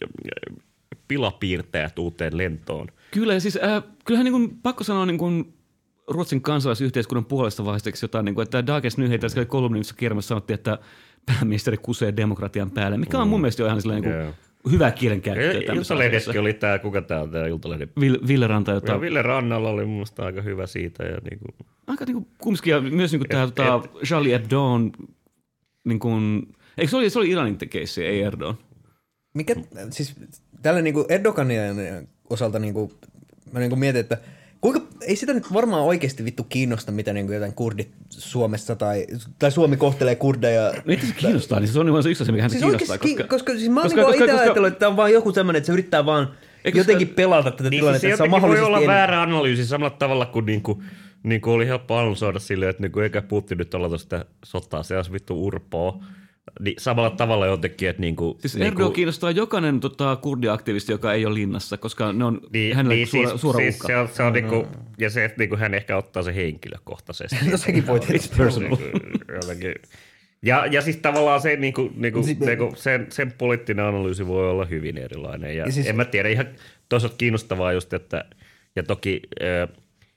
pilapiirtäjät uuteen lentoon. Kyllä, ja siis äh, kyllähän niin kuin, pakko sanoa niin kuin Ruotsin kansalaisyhteiskunnan puolesta vaihteeksi jotain, niin kuin, että Dagens Nyheter, se kolumnissa kirjassa sanottiin, että pääministeri kusee demokratian päälle, mikä on mun mielestä jo ihan sellainen yeah. niin hyvä kielenkäyttöä. Iltalehdessäkin oli tämä, kuka tämä on tämä Iltalehden? Ville Ranta. Jota... Ja Ville Rannalla oli mun mielestä aika hyvä siitä. Ja niin kuin... Aika niin kuin kumminkin, ja myös niin kuin tämä tota, Charlie Hebdoon, niin kuin, eikö se oli, se oli Iranin keissi, ei Erdogan? Mikä, siis tällä niin kuin Erdoganin osalta niin kuin, mä niin kuin mietin, että Kuinka, ei sitä nyt varmaan oikeasti vittu kiinnosta, mitä niin jotain kurdit Suomessa tai, tai Suomi kohtelee kurdeja. Mitä se kiinnostaa, niin se on niin se yksi asia, mikä häntä siis kiinnostaa. Koska, koska siis mä oon koska, niin koska, itse koska, ajatellut, että tämä on vaan joku semmoinen, että se yrittää vaan Eikö jotenkin se, pelata tätä niin tilannetta, se, että se on mahdollisesti mahdollisesti voi olla en... väärä analyysi samalla tavalla kuin niinku, niinku oli helppo analysoida silleen, että niinku eikä Putin nyt aloita sitä sotaa, se olisi vittu urpoa. Niin samalla tavalla jotenkin, että niinku... Siis niinku, Erdogan kiinnostaa jokainen tota, kurdiaktivisti, joka ei ole linnassa, koska ne on niin, hänelle niin, suora, siis, suora siis uhka. Se on, se on niinku, ja se, että niinku hän ehkä ottaa se henkilökohtaisesti. No sekin voi It's personal. Ja, ja siis tavallaan se, niinku, niinku, niinku, sen, sen poliittinen analyysi voi olla hyvin erilainen. Ja, ja siis, en mä tiedä, ihan toisaalta kiinnostavaa just, että ja toki äh,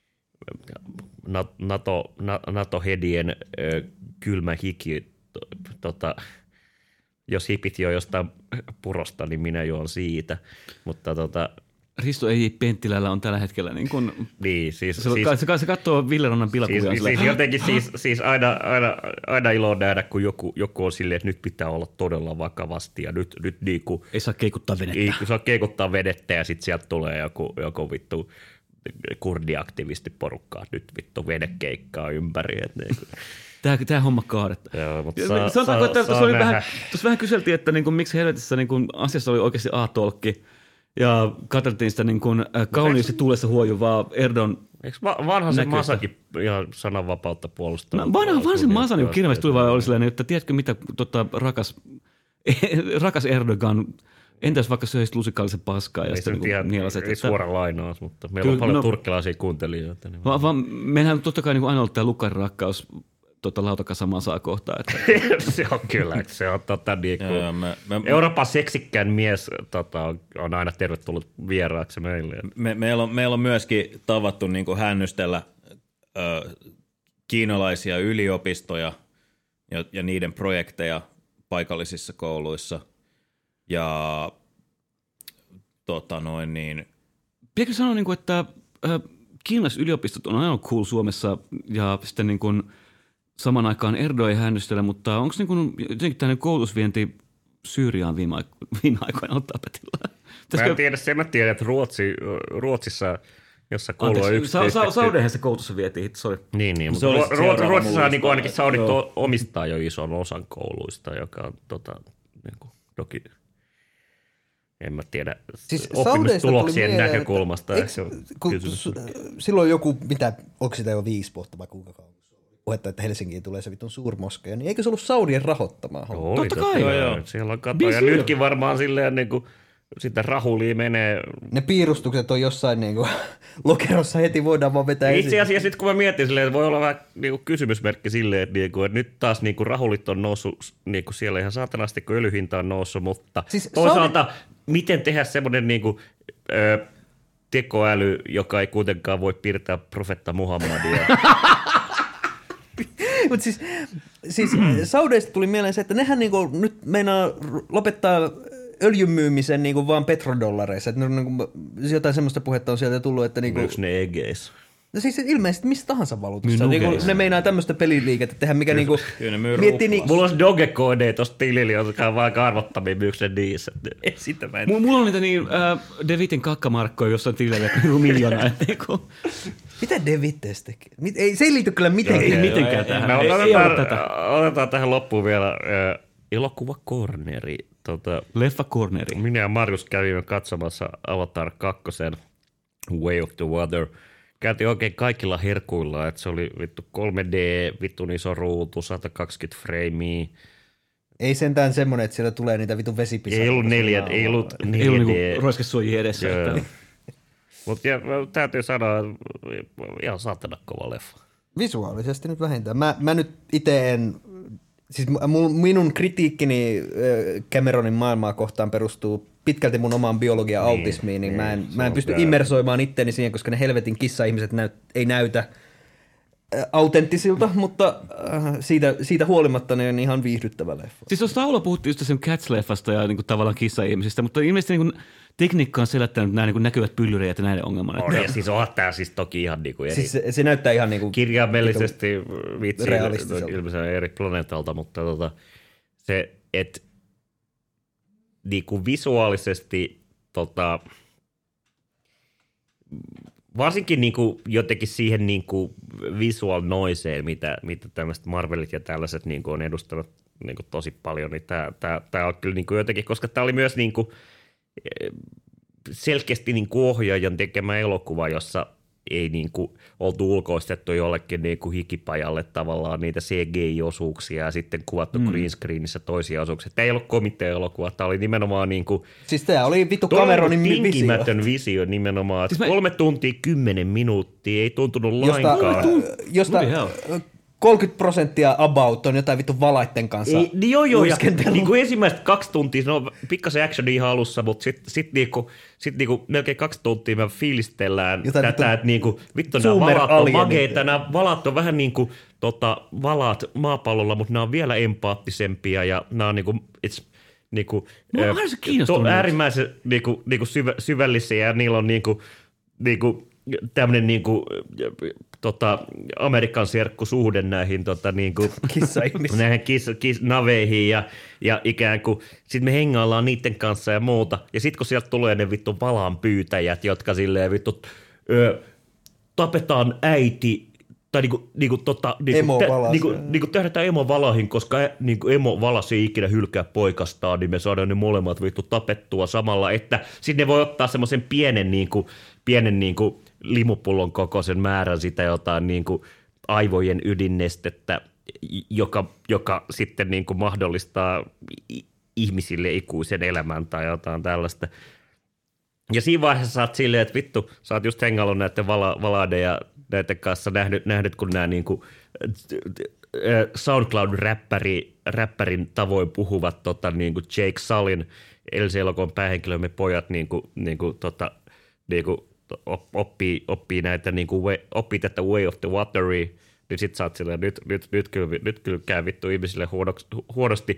NATO, NATO-hedien äh, kylmä hiki, to, tota, jos hipit jo jostain purosta, niin minä juon siitä, mutta tota... Risto E J. Penttilällä on tällä hetkellä niin kuin... Niin, siis... Se, siis se, se katsoo Ville Ronnan pilakuvia. Siis, siis jotenkin siis, siis aina, aina, aina ilo nähdä, kun joku, joku on silleen, että nyt pitää olla todella vakavasti ja nyt, nyt niinku... Ei saa keikuttaa vedettä. Ei saa keikuttaa vedettä ja sitten sieltä tulee joku, joku vittu kurdiaktivistiporukkaa, nyt vittu vedekeikkaa ympäri. Niinku. Tämä, tämä homma kaadetta. Joo, mutta saa, Sanotaanko, että tuossa, oli vähän, tuossa vähän kyseltiin, että niin kuin, miksi helvetissä niin kuin, asiassa oli oikeasti A-tolkki ja katseltiin sitä niin kuin, äh, kauniisti tuulessa huojuvaa Erdon. Eikö vanhaisen Masakin ihan sananvapautta puolustaa? No, vanha, vanhaisen Masa niin kirjallisesti tuli vaan oli sellainen, että tiedätkö mitä tota, rakas, rakas Erdogan, entäs vaikka söisit lusikallisen paskaa? Ja ei se nyt ihan nielaset, ei että, suora lainaus, mutta meillä kyllä, on paljon no, turkkilaisia kuuntelijoita. Niin vaan, vaan meillähän totta kai niin aina ollut tämä Lukarin rakkaus tota, lautakasa Masaa kohtaan. Että. Se on kyllä, se on tota niin kuin, Joo, mä, mä, Euroopan seksikkään mies tota, on aina tervetullut vieraaksi meille. Me, meillä, on, meillä on myöskin tavattu niin kuin hännystellä ö, kiinalaisia yliopistoja ja, ja niiden projekteja paikallisissa kouluissa. Ja tota noin niin... Pidätkö sanoa, niin kuin, että äh, kiinalaiset yliopistot on aina cool Suomessa ja sitten niin kuin, saman aikaan Erdo ei hännystele, mutta onko niin kuin, jotenkin tämmöinen koulutusvienti Syyriaan viime, aiko- viime aikoina ottaa petillä? Mä en tiedä, sen mä tiedän, että Ruotsi, Ruotsissa, jossa koulu on yksityistetty. Sa- sa- Saudeihin se koulutus vietiin, sorry. Niin, niin, mutta olisi Ruotsissa, Ruotsissa niin ainakin listalla. Saudit o- omistaa jo ison osan kouluista, joka on tota, niin kuin, toki, en mä tiedä, Siis oppimistuloksien mieleen, näkökulmasta. Että, Se on kun, kysymys. silloin joku, mitä, onko sitä jo viisi vuotta vai kuinka kauan? Puhetta, että Helsinkiin tulee se vitun suurmoskeja, niin eikö se ollut Saudien rahoittamaa? Oli, Totta kai. Joo, Joo, joo. Siellä on katoja. Ja nytkin varmaan silleen niin kuin, sitä rahulia menee. Ne piirustukset on jossain niin kuin, lokerossa heti voidaan vaan vetää Itse asiassa sitten kun mä mietin silleen, että voi olla vähän niin kuin kysymysmerkki silleen, että, niin kuin, että nyt taas niin kuin rahulit on noussut niin kuin siellä ihan saatanasti, kun öljyhinta on noussut, mutta siis toisaalta Saudi... miten tehdä semmoinen niin kuin, ö, tekoäly, joka ei kuitenkaan voi piirtää profetta Muhammadia. Mutta siis, siis Saudeista tuli mieleen se, että nehän niinku nyt meinaa lopettaa öljyn myymisen niinku vaan petrodollareissa. Että niinku, jotain semmoista puhetta on sieltä tullut, että niinku... Yksi ne egeis. No siis ilmeisesti missä tahansa valuutassa. Myy Niinku, ne meinaa tämmöistä peliliikettä tehdä, mikä niinku... Kyllä ne myy miettii niin, Mulla olisi Dogecoineja tosta tilillä, jotka on vaan arvottavia myyksen niissä. Sitä mä en... Mulla on niitä niin äh, Devitin kakkamarkkoja jossain tilillä, että niinku miljoonaa. Niinku. mitä Devites tekee? Mit, ei, se ei liity kyllä mitenkään. Ei mitenkään tähän. Me Ei, otetaan, ei ollut tätä. otetaan tähän loppuun vielä äh, elokuvakorneri. Tota, Leffa corneri. minä ja Markus kävimme katsomassa Avatar kaksi Way of the Water. Käytiin oikein kaikilla herkuilla, että se oli vittu kolme D, vittu iso ruutu, sata kaksikymmentä freimiä. Ei sentään semmoinen, että siellä tulee niitä vitun vesipisaroita. Ei ollut neljä, ei ollut Ei neljä ollut D. niinku roiskesuojia edessä. Joo. Että... Mutta täytyy sanoa, ihan saatana kova leffa. Visuaalisesti nyt vähintään. Mä, mä nyt itse en, siis mun, minun kritiikkini äh, Cameronin maailmaa kohtaan perustuu pitkälti mun omaan biologian Niin, autismiin, niin, niin, mä en, se mä en on pysty tää. immersoimaan itteeni siihen, koska ne helvetin kissa-ihmiset näyt, ei näytä äh, autenttisilta, mutta äh, siitä, siitä huolimatta ne on ihan viihdyttävä leffa. Siis tuossa alulla puhuttiin just sen Cats-leffasta ja niinku tavallaan kissa-ihmisistä, mutta ilmeisesti niinku tekniikka on selättänyt nämä niinku näkyvät pyllyreijät ja näiden ongelman. On, ja siis onhan tämä siis toki ihan niinku eri. Siis se, se näyttää ihan niinku... Kirjaimellisesti vitsi realistiselta. ilmeisesti eri planeetalta, mutta tota, se, että niinku visuaalisesti tota, varsinkin niinku jotenkin siihen niinku visual noiseen, mitä, mitä tämmöiset Marvelit ja tällaiset niinku on edustanut niinku tosi paljon, niin tämä tää, tää on kyllä niinku jotenkin, koska tämä oli myös niinku selkeästi niinku ohjaajan tekemä elokuva, jossa ei niinku oltu ulkoistettu jollekin niinku hikipajalle tavallaan niitä C G I-osuuksia ja sitten kuvattu mm. green screenissä toisia osuuksia. Tämä ei ollut komitea-elokuva, tämä oli nimenomaan niinku siis tämä oli vittu Cameronin visio. Tinkimätön visio nimenomaan. Siis kolme mä... tuntia kymmenen minuuttia, ei tuntunut lainkaan. Josta, josta kolmekymmentä prosenttia about on jotain vittu valaitten kanssa. Ei, niin joo joo, ja niin kuin ensimmäiset kaksi tuntia, no pikkasen actionia ihan alussa, mutta sitten sit niinku, sit niinku melkein kaksi tuntia me fiilistellään jotain tätä, vittu, että niinku, vittu nämä valat on mageita, nämä valat on vähän niin kuin tota, valat maapallolla, mutta nämä on vielä empaattisempia ja nämä on niinku, it's, niinku, äh, to, äärimmäisen niinku, niinku syvä, syvällisiä ja niillä on niinku, niinku, tämmöinen niinku, tota, Amerikan serkkusuhde näihin tota, niinku, näihin kiss, kiss, naveihin ja, ja ikään kuin sitten me hengaillaan niiden kanssa ja muuta. Ja sitten kun sieltä tulee ne vittu valan pyytäjät, jotka silleen vittu ö, tapetaan äiti tai niinku, niinku, tota, niinku, emo tä, valas, niinku, niinku tähdetään emo valahin, koska ä, niinku, emo valas ei ikinä hylkää poikastaan, niin me saadaan ne molemmat vittu tapettua samalla, että sitten ne voi ottaa semmoisen pienen niinku, pienen niinku limupullon kokoisen määrän sitä jotain niin kuin aivojen ydinnestettä, joka, joka sitten niin kuin mahdollistaa ihmisille ikuisen elämän tai jotain tällaista. Ja siinä vaiheessa sä oot silleen, että vittu, sä oot just hengaillut näiden vala, valaiden ja näiden kanssa nähnyt, nähnyt kun nämä niin kuin SoundCloud-räppäri, räppärin tavoin puhuvat tota, niin kuin Jake Sullin, edellisen elokuvan päähenkilömme pojat niin kuin, niin kuin, tota, niin kuin oppii, oppii näitä niin kuin way, oppii tätä way of the watery, niin sit sä oot silleen, nyt, nyt, nyt, kyllä, nyt kyllä käy vittu ihmisille huonoksi, huonosti.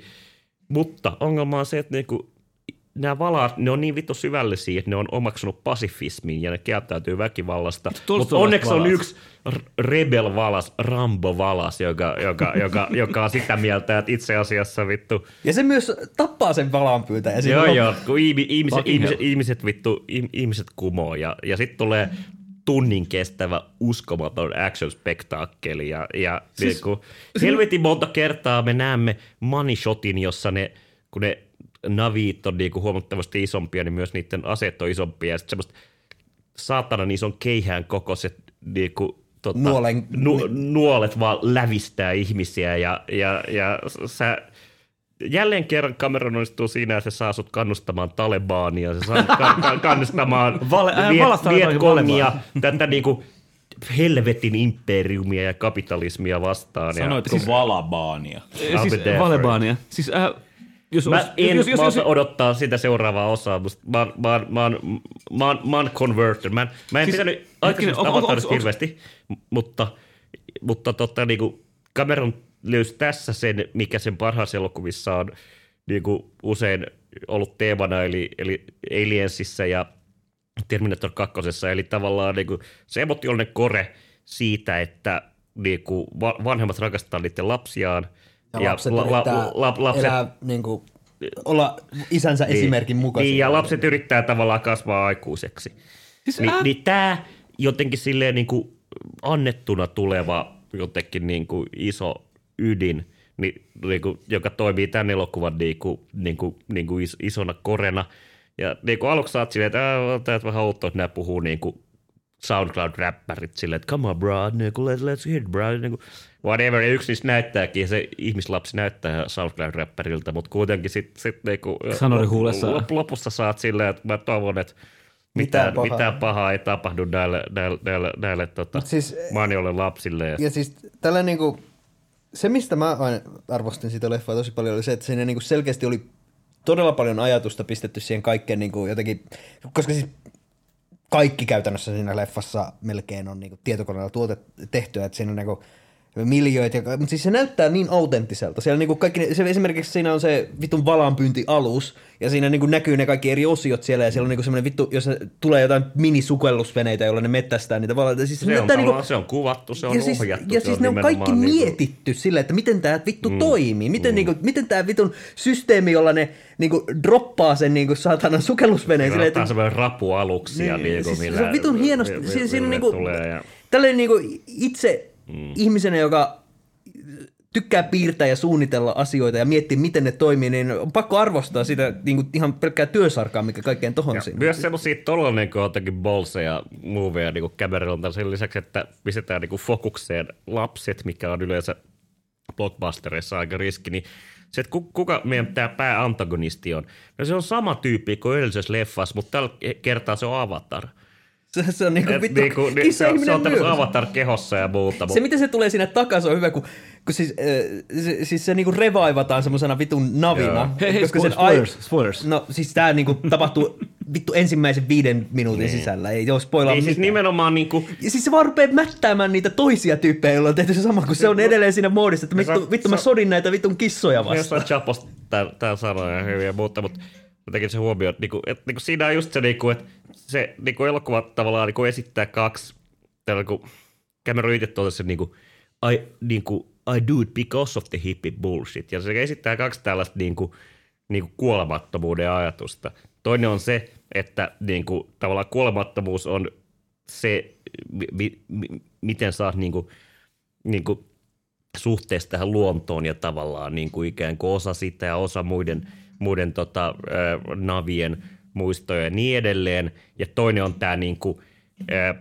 Mutta ongelma on se, että niinku, nämä valaat, ne on niin vittu syvällisiä, että ne on omaksunut pasifismiin ja ne kieltäytyy väkivallasta. Mutta onneksi valas on yksi rebel-valas, Rambo-valas, joka, joka, joka, joka on sitä mieltä, että itse asiassa vittu... Ja se myös tappaa sen valanpyytäjän. Joo, joo, kun ihmiset, ihmiset, ihmiset vittu, ihmiset kumoo ja, ja sitten tulee tunnin kestävä uskomaton action-spektaakkeli ja, ja siis, niin kuin, helvetin monta kertaa me näemme money shotin, jossa ne, kun ne naviit on niin kuin huomattavasti isompia, niin myös niiden aseet on isompia ja sitten semmoista saatanan ison keihään kokoiset niin kuin, tota, Nuolen... nu, nuolet vaan lävistää ihmisiä ja, ja, ja sä jälleen kerran Cameron onnistuu siinä, että se saa sut kannustamaan Talebania, se saa ka- ka- kannustamaan Vale, äh, viet, Vietcongia, tätä niinku helvetin imperiumia ja kapitalismia vastaan. Sanoitko siis, Valabania? Siis Valebania. Siis, äh, jos, mä en jos, jos, mä jos, odottaa sitä seuraavaa osaa, mutta mä, mä, mä, mä, mä oon converted. Mä, mä en siis, pitänyt aikaisemmin Avatarista hirveästi, mutta, mutta totta niinku Cameron löysi tässä sen, mikä sen parhaassa elokuvissa on niin kuin usein ollut teemana, eli, eli Aliensissa ja Terminator kakkosessa, eli tavallaan niin kuin se emotionaalinen kore siitä, että niin kuin vanhemmat rakastaa niiden lapsiaan. Ja, ja lapset la, la, la, lapset, elää, niin kuin, olla isänsä niin, esimerkin mukaisia. Niin, ja lapset yrittää tavallaan kasvaa aikuiseksi. Siis, Ni, niin tämä jotenkin silleen niin kuin annettuna tuleva jotenkin niin kuin iso ydin, niin, niin kuin, joka toimii tämän elokuvan niin kuin, niin kuin, niin kuin isona korena. Ja niin kuin aluksi saat silleen, että tämä on vähän outoa, että nämä puhuu niin kuin SoundCloud-räppärit silleen, että come on bro, niin kuin, let's, let's hit bro, niin kuin, whatever. Ja yksi niistä näyttääkin, ja se ihmislapsi näyttää SoundCloud-räppäriltä, mutta kuitenkin sitten sit, niin lop, lopussa saat silleen, että mä toivon, että mitään, mitään, pahaa. mitään pahaa ei tapahdu näille, näille, näille, näille tota, siis, maniolle lapsille. Ja, ja siis tällä niin kuin se, mistä mä arvostin sitä leffaa tosi paljon, oli se, että siinä niinku selkeästi oli todella paljon ajatusta pistetty siihen kaikkeen niinku jotenkin, koska siis kaikki käytännössä siinä leffassa melkein on niinku tietokoneella tuote tehtyä, että siinä on niinku miljööt, ja, mutta siis se näyttää niin autenttiselta. Siellä niinku kaikki, se, esimerkiksi siinä on se vitun valaanpyyntialus, ja siinä niinku näkyy ne kaikki eri osiot siellä, ja siellä on niinku semmoinen vittu, jos tulee jotain minisukellusveneitä, joilla ne mettästää niitä valaita. Siis se, se, on niinku, se on kuvattu, se on ja siis, ohjattu. Ja siis ne on kaikki niinku mietitty silleen, että miten tämä vittu mm, toimii, miten, mm. niinku, miten tämä vitun systeemi, jolla ne niinku droppaa sen niinku saatanan sukellusveneen. Silleen, että semmoinen rapualuksia. Niin, niinku, siis millä, se on vitun hienosti. Mi, mi, siinä, siinä niinku, niinku, ja... Tällainen niinku itse mm. ihmisenä, joka tykkää piirtää ja suunnitella asioita ja miettiä, miten ne toimii, niin on pakko arvostaa sitä niin kuin ihan pelkkää työsarkaa, mikä kaikkeen tohon siinä. Myös semmoisia todella niin jotenkin bolseja moveja niin Cameronilta sen lisäksi, että pistetään niin fokukseen lapset, mikä on yleensä blockbustereissa aika riski, niin se, että kuka meidän tämä pääantagonisti on, no se on sama tyyppi kuin edellisessä leffassa, mutta tällä kertaa se on Avatar. Se, se on niinku vittu niinku, niin, se, se on tämmöisen Avatar-kehossa ja muuta. Se, miten se tulee siinä takaisin, on hyvä, kun, kun siis, äh, se, siis se niinku revaivataan semmoisena vitun navina. Hei, hei, koska spoilers, sen, spoilers. No siis tää niinku tapahtuu vittu ensimmäisen viiden minuutin niin. sisällä, ei joo spoilaa niin, mitään. Siis nimenomaan niinku... Ja siis se vaan rupeaa mättäämään niitä toisia tyyppejä, joilla on tehty se sama, kun se on edelleen siinä moodissa, että vittu, vittu mä sodin näitä vitun kissoja vastaan. Jossain Chaposta tää sanoja hyviä, mutta, mutta jotenkin se huomio, että, niinku, että niinku siinä on just se, niinku, että se niinku elokuva tavallaan niinku esittää kaksi, niinku, Cameron itse totesi, että niinku, I, niinku, I do it because of the hippie bullshit, ja se esittää kaksi tällaista niinku, niinku kuolemattomuuden ajatusta. Toinen on se, että niinku, tavallaan kuolemattomuus on se, mi, mi, miten saat niinku, niinku, suhteessa tähän luontoon ja tavallaan niinku, ikään kuin osa sitä ja osa muiden, muiden tota, äh, navien muistoja ja niin edelleen. Ja toinen on tämä niinku, äh,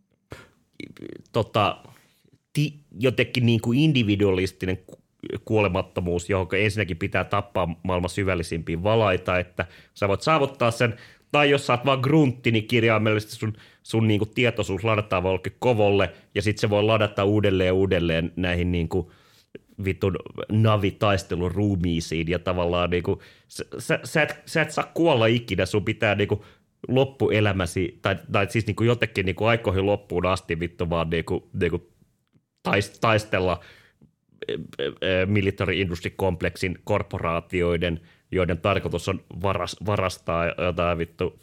tota, ti, jotenkin niinku individualistinen kuolemattomuus, johon ensinnäkin pitää tappaa maailman syvällisimpiä valaita, että sä voit saavuttaa sen, tai jos sä oot vaan gruntti, niin kirjaimellisesti sun, sun niinku tietoisuus ladataan jollekin kovolle, ja sitten se voi ladata uudelleen ja uudelleen näihin niinku vitun navitaistelun ruumiisiin, ja tavallaan niinku, sä, sä, sä, et, sä et saa kuolla ikinä, sun pitää niinku loppuelämäsi, tai, tai siis niinku jotenkin niinku aikoihin loppuun asti vittu vaan niinku, niinku taistella military industry kompleksin korporaatioiden, joiden tarkoitus on varas, varastaa jotain vittu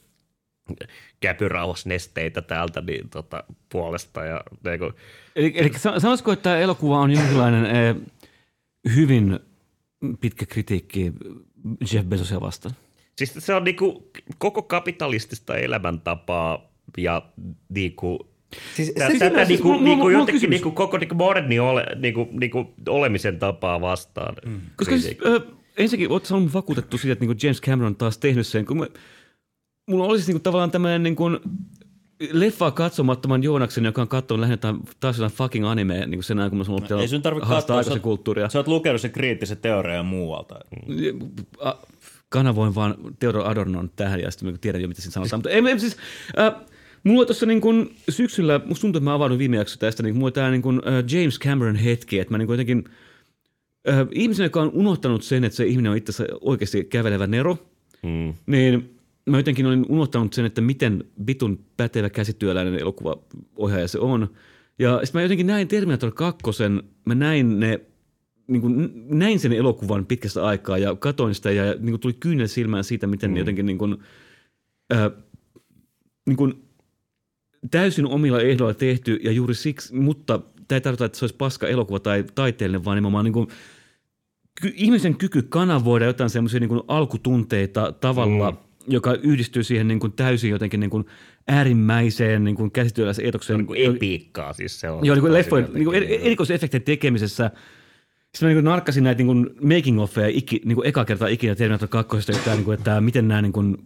käpyrauhasnesteitä täältä niin, tota, puolesta. Ja, niinku. Eli, eli sanoisiko, että tämä elokuva on jonkinlainen eh, hyvin pitkä kritiikki Jeff Bezosia vastaan? Siis se on niinku koko kapitalistista elämäntapaa ja niinku Siis, Tätä, siis, tätä siis, niinku, mulla, niinku mulla jotenkin niinku, koko niinku moderni ole, niinku, niinku olemisen tapaa vastaan. Mm. Koska siis, äh, ensinnäkin olet saanut vakuutettu siitä, että niinku James Cameron on taas tehnyt sen. Kun mä, mulla olisi niinku tavallaan tämmöinen niinku leffaa katsomattoman Joonaksen, joka on katsonut lähinnä taas jotain fucking animea, niin kuin sen ajan, kun mä sun no, ei sun tarvitse katsoa, sä, kulttuuria. Sä oot lukenut sen kriittisen teorian muualta. Mm. Kanavoin vaan Theodor Adornon tähän ja sitten tiedän jo, mitä siinä sanotaan. Mutta ei, ei siis... Äh, Mulla tuossa niin kun syksyllä, musta tuntuu, että mä avannut viime jaksossa tästä, niin mulla tämä niin kun, uh, James Cameron hetki, että mä niin jotenkin, uh, ihmisen, joka on unohtanut sen, että se ihminen on itse asiassa oikeasti kävelevä nero, mm. niin mä jotenkin olin unohtanut sen, että miten vitun pätevä käsityöläinen elokuvaohjaaja se on. Ja sitten mä jotenkin näin Terminator kakkosen, mä näin ne, niin kun, näin sen elokuvan pitkästä aikaa ja katoin sitä ja niin kun tuli kyynel silmään siitä, miten mm. jotenkin niin kun, uh, niin kun, täysin omilla ehdoilla tehty ja juuri siksi, mutta tämä ei tarkoita, että se olisi paska elokuva tai taiteellinen, vaan nimenomaan niin kuin, ky- ihmisen kyky kanavoida jotain semmoisia niin kuin alkutunteita tavalla, mm. joka yhdistyy siihen niin kuin täysin jotenkin niin kuin äärimmäiseen niin kuin käsityöläiseen eetokseen. Niin kuin epiikkaa siis se on. Joo, niin kuin leffojen niin kuin erikoisefektien tekemisessä. Sitten mä niin kuin narkkasin näitä niin kuin making-offeja iki, niin kuin eka kertaa ikinä Terminator kakkosesta, että, niin kuin, että miten nämä niin kuin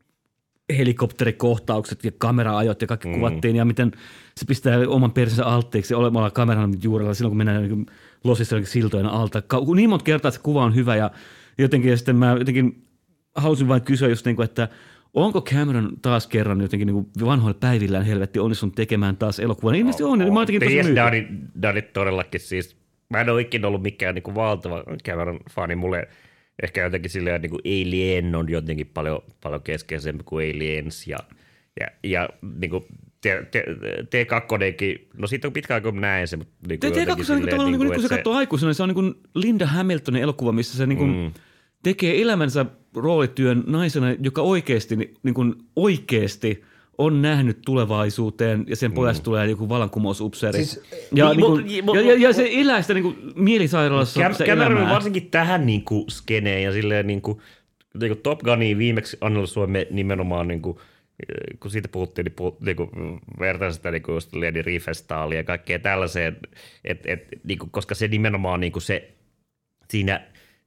helikopterikohtaukset ja kamera-ajot ja kaikki mm. kuvattiin ja miten se pistää oman persensä alttiiksi olemalla kameran juurella silloin, kun mennään niin losissa siltojen alta. Niin monta kertaa se kuva on hyvä ja jotenkin ja sitten mä jotenkin halusin vain kysyä just niin kuin, että onko Cameron taas kerran jotenkin niin kuin vanhoilla päivillään helvetti onnistunut tekemään taas elokuvan? Ilmeisesti on, ja mä jotenkin tosi myyty. Dani todellakin siis, mä en ole ikinä ollut mikään niin kuin valtava Cameron fani, mulle ehkä jotenkin silleen, niin kuin Alien on jotenkin paljon, paljon keskeisempi kuin Aliens ja, ja, ja niin kuin T kaksi, no siitä on pitkään kun näin se. Mutta niin T kaksi on tavallaan, niin kuin, kun se katsoo aikuisena, niin se on niin kuin Linda Hamiltonin elokuva, missä se niin kuin mm. tekee elämänsä roolityön naisena, joka oikeasti, niin kuin oikeasti on nähnyt tulevaisuuteen ja sen pojasta mm. tulee joku vallankumousupseeri. Siis, ja, niin kuin, niin, ja, ja, ja se elää sitä niin kuin mielisairaalassa Cam- se elämää. Varsinkin tähän niin kuin skeneen ja silleen niin kuin, niin kuin Top Gunia viimeksi analysoimme nimenomaan niin kuin, kun siitä puhuttiin, niin, puhut, niin vertaan sitä niin just Lady Riefenstahlia ja kaikkea tällaiseen, et, et, niin kuin, koska se nimenomaan niin kuin se siinä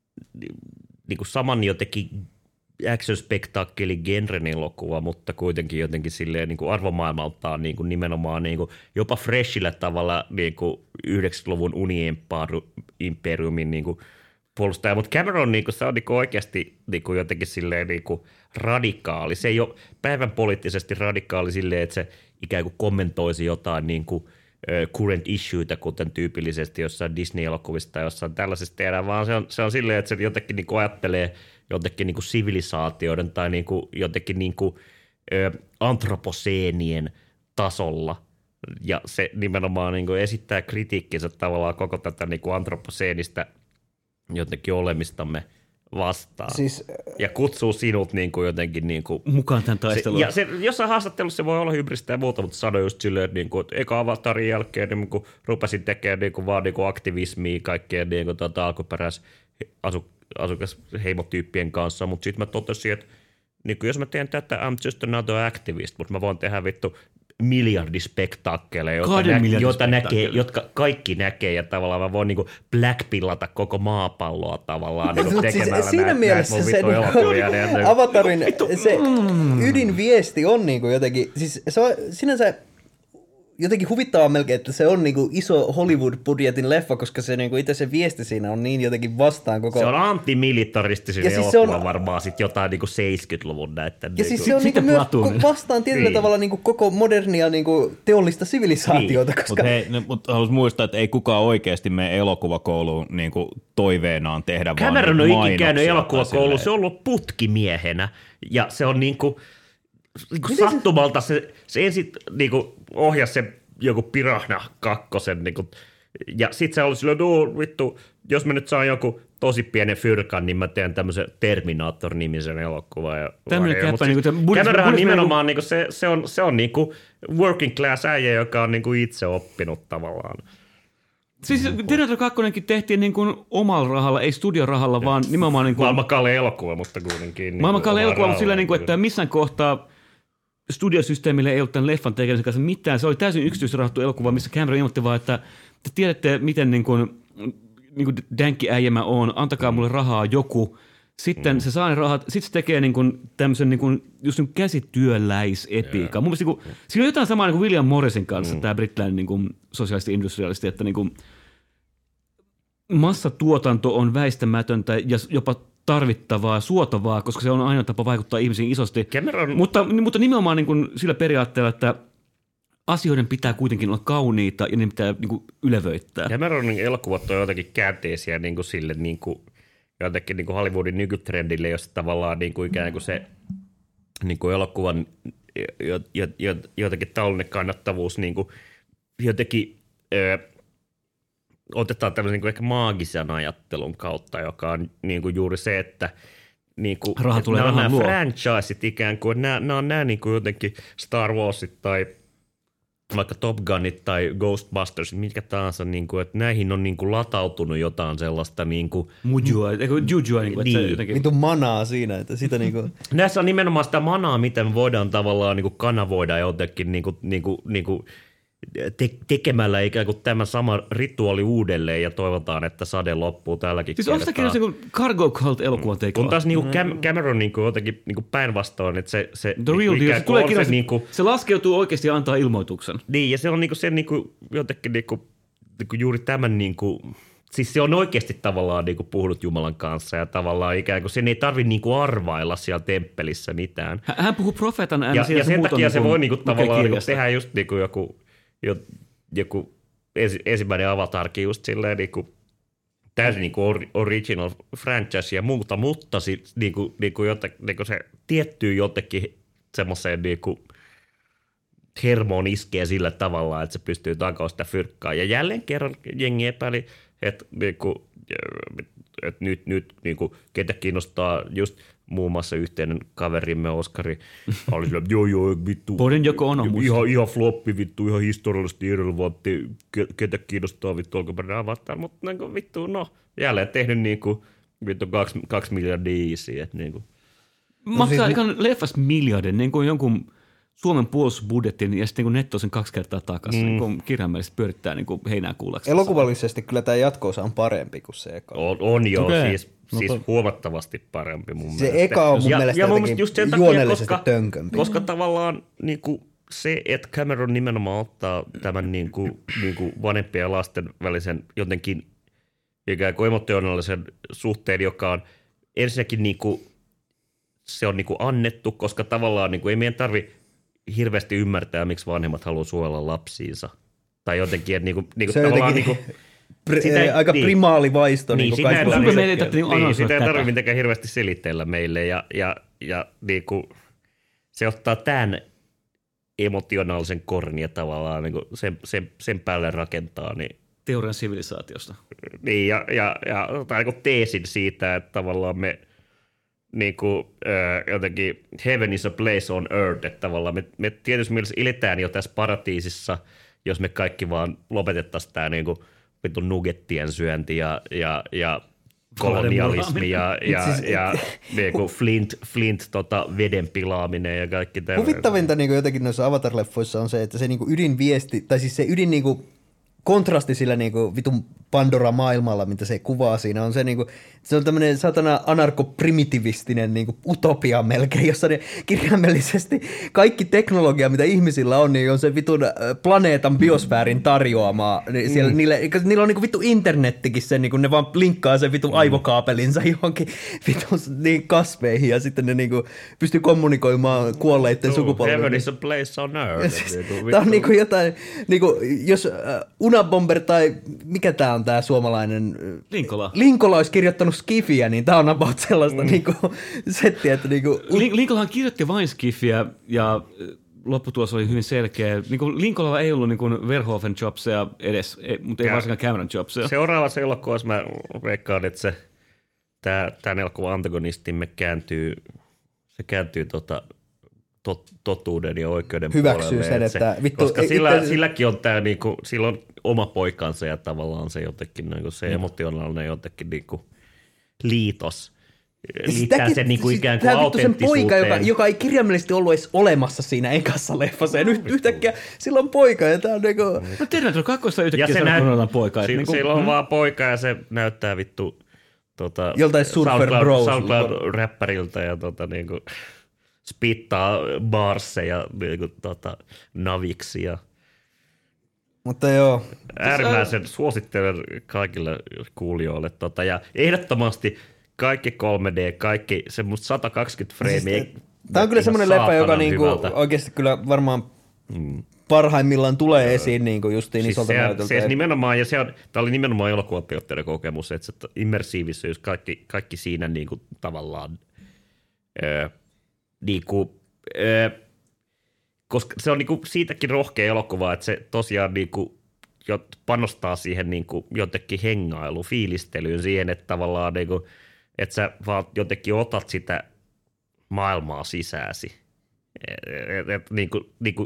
niin kuin saman jotenkin action-spektaakkeli genren elokuva, mutta kuitenkin jotenkin silleen niin kuin arvomaailmaltaan niin kuin nimenomaan niin kuin jopa freshillä tavalla niin kuin yhdeksänkymmentäluvun uni-imperiumin niin kuin puolustaja, mutta Cameron niin kuin, se on niin kuin oikeasti niin kuin jotenkin silleen niin kuin radikaali. Se ei ole päivän poliittisesti radikaali silleen, että se ikään kuin kommentoisi jotain niin kuin current issueita, kuten tyypillisesti jossain Disney-elokuvista tai jossain tällaisesta tehdään, vaan se on, se on silleen, että se jotenkin niin kuin ajattelee jotenkin niin kuin sivilisaatioiden tai niin kuin jotenkin niin kuin, ö, antroposeenien tasolla. Ja se nimenomaan niin kuin esittää kritiikkinsä tavallaan koko tätä niin kuin antroposeenistä jotenkin olemistamme vastaan. Siis, ja kutsuu sinut niin kuin jotenkin niin kuin, mukaan tämän taisteluun. Ja se, jossain haastattelussa se voi olla hybristä ja muuta, mutta sanoi just silleen, että, niin kuin, että eka Avatarin jälkeen niin kuin, rupesin tekemään niin kuin, vaan niin kuin aktivismia kaikkien niin kuin, tuota, alkuperäis asu, asukasheimotyyppien kanssa, mutta sitten mä totesin, että niin kuin, jos mä teen tätä, I'm just another activist, mutta mä voin tehdä vittu miljardispektaakkeleja, jota, nä- jota näkee, jotka kaikki näkee ja tavallaan mä voin niinku blackpillata koko maapalloa tavallaan niinku tekemällä siis siinä näitä, mielessä näitä se niinku, Avatarin se mm. ydinviesti on niinku jotenkin, siis se on sinänsä jotenkin huvittavaa melkein, että se on niinku iso Hollywood-budjetin leffa, koska se niinku itse se viesti siinä on niin jotenkin vastaan koko... Se on antimilitaristisin siis elokuva on... varmaan sit jotain niinku seitsemänkymmentäluvun näitä. Ja niinku... siis se on niinku myös vastaan tietyllä niin. tavalla niinku koko modernia niinku teollista sivilisaatiota. Niin. Koska... Mutta mut haluaisin muistaa, että ei kukaan oikeasti mene elokuvakouluun niinku toiveenaan tehdä Cameron vaan on ikin käynyt elokuvakouluun, se on ollut putkimiehenä ja se on niinku... Niinku sattumalta se, se ensin niinku ohjasi sen joku Piranha kakkosen, niinku, ja sit se oli silleen, no vittu, jos mä nyt saan joku tosi pienen fyrkan, niin mä teen tämmöisen Terminator-nimisen elokuvan. Ja tämmöinen käppä. Niin Cameronhan nimenomaan niinku, se, se on, se on niinku working class äijä, joka on niinku itse oppinut tavallaan. Siis Terminator kakkonenkin tehtiin niin kuin omalla rahalla, ei studiorahalla, vaan nimenomaan... Niin kuin... Maailman kallein elokuva, mutta kuitenkin... Niin Maailman kallein elokuva, mutta sillä niin kuin, että missään kohtaa studiosysteemille ei ollut tämän leffan tekemisen kanssa mitään. Se oli täysin yksityisrahoittu elokuva, missä Cameron ilmoitti vaan, että te tiedätte, miten niin kuin, niin kuin dänkki äijä mä oon, antakaa mulle rahaa joku. Sitten mm. se saa ne rahat, sitten se tekee niin kuin tämmöisen niin kuin, just niin käsityöläisepiikan. Mun mielestä niin kuin, siinä on jotain samaa niin kuin William Morrisin kanssa, mm. tämä brittiläinen niin kuin sosiaalisti-industrialisti, että niin kuin, massatuotanto on väistämätöntä ja jopa tarvittavaa, suotavaa, koska se on ainoa tapa vaikuttaa ihmisiin isosti. Cameron... Mutta, mutta nimenomaan niin kuin sillä periaatteella, että asioiden pitää kuitenkin olla kauniita ja ne pitää niin kuin ylevöittää. Cameronin elokuvat on jotenkin käänteisiä niin kuin sille niin kuin, jotenkin niin kuin Hollywoodin nykytrendille, jossa tavallaan niin kuin ikään kuin se niin kuin elokuvan jotenkin taloudellinen kannattavuus niin kuin jotenkin... Öö, otetaan tämmöisen niin kuin ehkä maagisen ajattelun kautta, joka on niin kuin juuri se, että niin kuin, raha tulee nämä, rahan nämä franchiseit ikään kuin, nämä, nämä on nämä niin kuin jotenkin Star Warsit tai vaikka Top Gunit tai Ghostbusters, mitkä tahansa, niin kuin, että näihin on niin kuin latautunut jotain sellaista niin kuin... Mujua, eikö jujua, niin kuin, että niin. se jotenkin... Vittu manaa siinä, että sitä niin kuin... Näissä on nimenomaan sitä manaa, miten me voidaan tavallaan niin kuin kanavoida jotenkin niin kuin, niin kuin, niin kuin Te- tekemällä ikään kuin tämä sama rituaali uudelleen ja toivotaan, että sade loppuu tälläkin siis kertaa. Siis onko se niin Cargo Cult-elokuvan tekoa? Kun taas niin kuin Cam- Cameron niin kuin jotenkin niin kuin päinvastoin, että se, se, The real deal, se, tulee se, se, niin kuin, se laskeutuu oikeasti ja antaa ilmoituksen. Niin, ja se on niin kuin, se niin kuin, jotenkin niin kuin, niin kuin juuri tämän, niin kuin, siis se on oikeasti tavallaan niin kuin puhunut Jumalan kanssa ja tavallaan ikään kuin sen ei tarvitse niin kuin arvailla siellä temppelissä mitään. Hän puhuu profeetan äänä. Ja, ja sen takia se voi niin kuin, tavallaan niin kuin, tehdä just niin kuin joku... joku ensimmäinen avatarkin just silleen niin kuin, täysin niin kuin original franchise ja muuta, mutta sit, niin kuin, niin kuin joten, niin kuin se tiettyy jotenkin semmoiseen niin kuin, hermoon iskee sillä tavalla, että se pystyy takaa sitä fyrkkaa. Ja jälleen kerran jengi epäili, että, niinku, että nyt, nyt niinku, ketä kiinnostaa just muun muassa yhteinen kaverimme Oskari oli sillä, joo joo vittu, Poden joko on ihan, ihan floppi vittu, ihan historiallisesti irrelevantti, ketä kiinnostaa vittu alkuperäinen avatar, mutta niinku, vittu no, jälleen tehnyt niinku, vittu kaksi, kaksi miljardia easy, että niinku. Maksaa no, siis leffasta miljardin, niin kuin jonkun Suomen puolustusbudjetin ja sitten niin netto sen kaksi kertaa takaisin, mm. niin kuin kirjaimellisesti pyörittää niin kuin heinää kuullaksi. Elokuvallisesti kyllä tämä jatkoosa on parempi kuin se eka. On, on joo, okay. siis, no, siis to... huomattavasti parempi mun se mielestä. Se eka on mun ja, mielestä ja jotenkin just sen juonellisesti takia, koska, tönkömpi. Koska tavallaan niin kuin se, että Cameron nimenomaan ottaa tämän niin kuin, niin kuin vanhempien ja lasten välisen jotenkin ikään kuin emotionaalisen suhteen, joka on ensinnäkin niin kuin, se on niin kuin annettu, koska tavallaan niin kuin, ei meidän tarvitse hirveästi ymmärtää, miksi vanhemmat haluaa suojella lapsiinsa. Tai jotenkin, että niin kuin, niin kuin, se tavallaan niin kuin, Pri, sitä ei, aika niin, primaalivaisto. Niin, niin sitä ei tarvitse, niin, sitä ei tarvitse mitenkään hirveästi selitellä meille. Ja, ja, ja niin kuin, se ottaa tämän emotionaalisen kornin ja tavallaan niin kuin sen, sen, sen päälle rakentaa. Niin, teorian sivilisaatiosta. Niin, ja, ja, ja tai niin kuin teesin siitä, että tavallaan me niin kuin, äh, jotenkin heaven is a place on earth, että tavallaan me, me tietysti mielessä eletään jo tässä paratiisissa, jos me kaikki vaan lopetettaisiin tämä niin kuin vitun nugettien syönti ja, ja, ja kolonialismi ja, ja, siis, ja niin kuin Flint, Flint tota, veden pilaaminen ja kaikki tämä. Huvittavinta niin jotenkin noissa Avatar-leffoissa on se, että se niin kuin ydinviesti, tai siis se ydin niin kuin kontrasti sillä niinku vitun Pandora-maailmalla, mitä se kuvaa siinä, on se niinku, se on tämmöinen satana anarko-primitivistinen niinku utopia melkein, jossa ne kirjaimellisesti kaikki teknologia, mitä ihmisillä on, niin on se vitun planeetan biosfäärin tarjoamaa. Siellä, mm. niillä, niillä on niinku vittu internettikin sen, niinku ne vaan linkkaa sen vitun mm. aivokaapelinsa johonkin vitun niin kasveihin ja sitten ne niinku pystyy kommunikoimaan kuolleiden sukupolvien. Heaven is a place on earth. Siis, tämä on niinku jotain, niinku, jos Unabomber tai mikä tämä on tämä suomalainen? Linkola. Linkola olisi kirjoittanut Skifiä, niin tämä on about sellaista mm. niinku, settiä, että niinku... Linkolahan kirjoitti vain Skifiä ja lopputulos oli hyvin selkeä. Niinku Linkolalla ei ollut niinku Verhoeven jobseja edes, mutta ei ja varsinkaan Cameron jobseja. Seuraavassa elokuvassa mä veikkaan, että se, tämä, tämän elokuvan antagonistimme kääntyy, se kääntyy tota, tot, totuuden ja oikeuden hyväksyy puolelle. Sen, että, että vittu, koska sillä, itse... silläkin on tämä, niinku, sillä on oma poikansa ja tavallaan se jotenkin, niinku, se mm. emotionaalinen jotenkin niinku, liitos. Liittää sen niinku siis ikään kuin autenttisuuteen. Poika, joka, joka ei kirjaimellisesti ollut edes olemassa siinä ekassa leffassa. Ja nyt yhtäkkiä sillä on poika ja tämä on niinku... No tervetuloa kakkossa yhtäkkiä se näyt... poika. Si- niinku, sillä on mm. vaan poika ja se näyttää vittu tota, joltain Surfer Bros. SoundCloud-räppäriltä ja tota niinku... spittaa barsseja niinku, tota, naviksi ja mutta joo. Äärimmäisen suosittelen kaikille kuulijoille. Tota, ja ehdottomasti kaikki kolme D, kaikki semmoista sata kaksikymmentä freimiä. Tämä on kyllä semmoinen leffa, joka niinku oikeasti kyllä varmaan mm. parhaimmillaan tulee esiin niinku justiin siis isolta se, näytöltä. Se nimenomaan, ja se on, tämä oli nimenomaan elokuvateatterin kokemus, että se immersiivisyys, kaikki, kaikki siinä niinku tavallaan... Öö, Niinku, äh, koska se on niinku siitäkin rohkea elokuva, että se tosiaan niinku, jo, panostaa siihen niinku, jotenkin hengailuun, fiilistelyyn, siihen, että tavallaan niinku, että sä vaan jotenkin otat sitä maailmaa sisääsi. Et, et, niinku, niinku,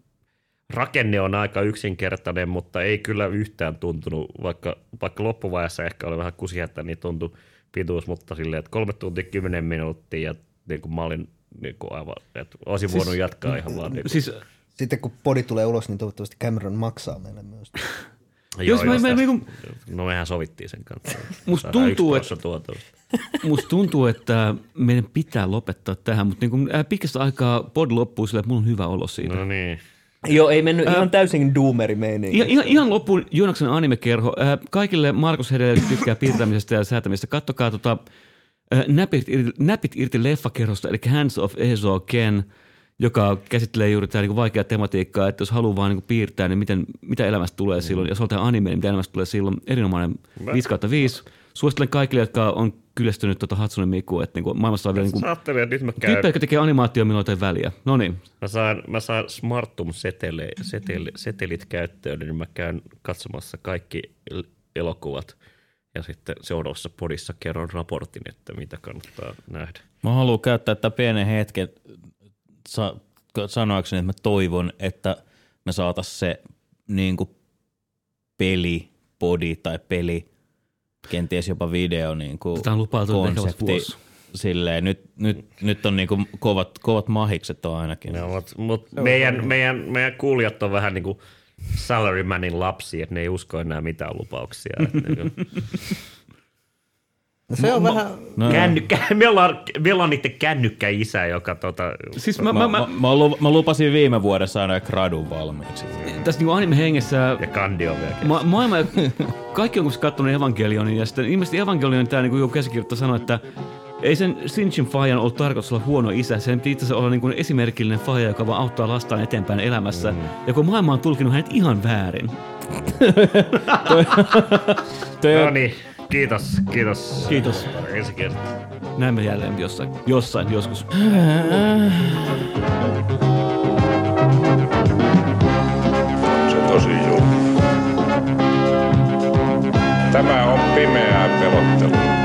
rakenne on aika yksinkertainen, mutta ei kyllä yhtään tuntunut, vaikka, vaikka loppuvaiheessa ehkä oli vähän kusihättä, niin tuntui pituus, mutta silleen, että kolme tuntia kymmenen minuuttia ja niinku, mä olin niin kuin aivan, että olisin siis, voinut jatkaa ihan vaan. Niin siis, sitten kun podi tulee ulos, niin toivottavasti Cameron maksaa meille myös. Joo, mä, mä, mä, no mehän sovittiin sen kanssa. Musta tuntuu, että, musta tuntuu, että meidän pitää lopettaa tähän, mutta niin kuin, äh, pitkästä aikaa pod loppuu sillä, että mulla on hyvä olo siitä. No niin. Joo, ei mennyt äh, ihan täysin doomeri meininki. Ihan, ihan loppuun Joonaksen animekerho. Äh, kaikille Markus Hedelle tykkää piirtämisestä ja säätämisestä. Kattokaa tota... Näpit, näpit irti leffakerhosta, eli Hands of Ezo Ken, joka käsittelee juuri tämä niin vaikeaa tematiikkaa, että jos haluaa vaan niin piirtää, niin miten, mitä elämästä tulee mm. silloin, ja jos haluaa anime, niin mitä elämästä tulee silloin. Erinomainen viisi kautta viisi. Suosittelen kaikille, jotka on kyllästynyt tota Hatsune Miku, että niinku maailmassa on vielä niinku Saattelin, että nyt mä käyn. tyyppejä, jotka tekee animaatio, milloin jotain väliä. No niin. Mä saan, mä saan Smartum-setelit setelit käyttöön, niin mä käyn katsomassa kaikki elokuvat ja sitten seuraavassa podissa kerron raportin, että mitä kannattaa nähdä. Mä haluan käyttää tätä pienen hetken sa- sanoakseni, että mä toivon, että me saataisiin se niin kuin peli, podi tai peli, kenties jopa video niin kuin Tätä on lupailtu konsepti. Silleen, nyt, nyt, nyt on niin kuin kovat, kovat mahikset on ainakin. No, mutta mut meidän, meidän, meidän kuulijat on vähän niin kuin Salarymanin lapsi, että ne ei usko enää mitään lupauksia. No se on mä, vähän... No, Kännykkä, me ollaan, me ollaan niiden kännykkäisä, joka tota... Siis mä, mä, mä, mä, mä lupasin viime vuodessa aina gradun valmiiksi. Tässä niinku anime-hengessä Ja kandi on vielä ma- maailma, kaikki on katsonut Evangelionin ja sitten ilmeisesti Evangelionin tämä niinku joku käsikirjoittaja sanoi, että ei sen Shinchin Fajan ollut tarkoitus olla huono isä. Sen piti itse asiassa olla niinku esimerkillinen faija, joka vaan auttaa lastaan eteenpäin elämässä. Mm. Ja kun maailma on tulkinut hänet ihan väärin. No niin, kiitos, kiitos. Kiitos. Ensi kertaa. Näemme jälleen jossain, jossain joskus. Se tosi juttu. Tämä on pimeää pelottelua.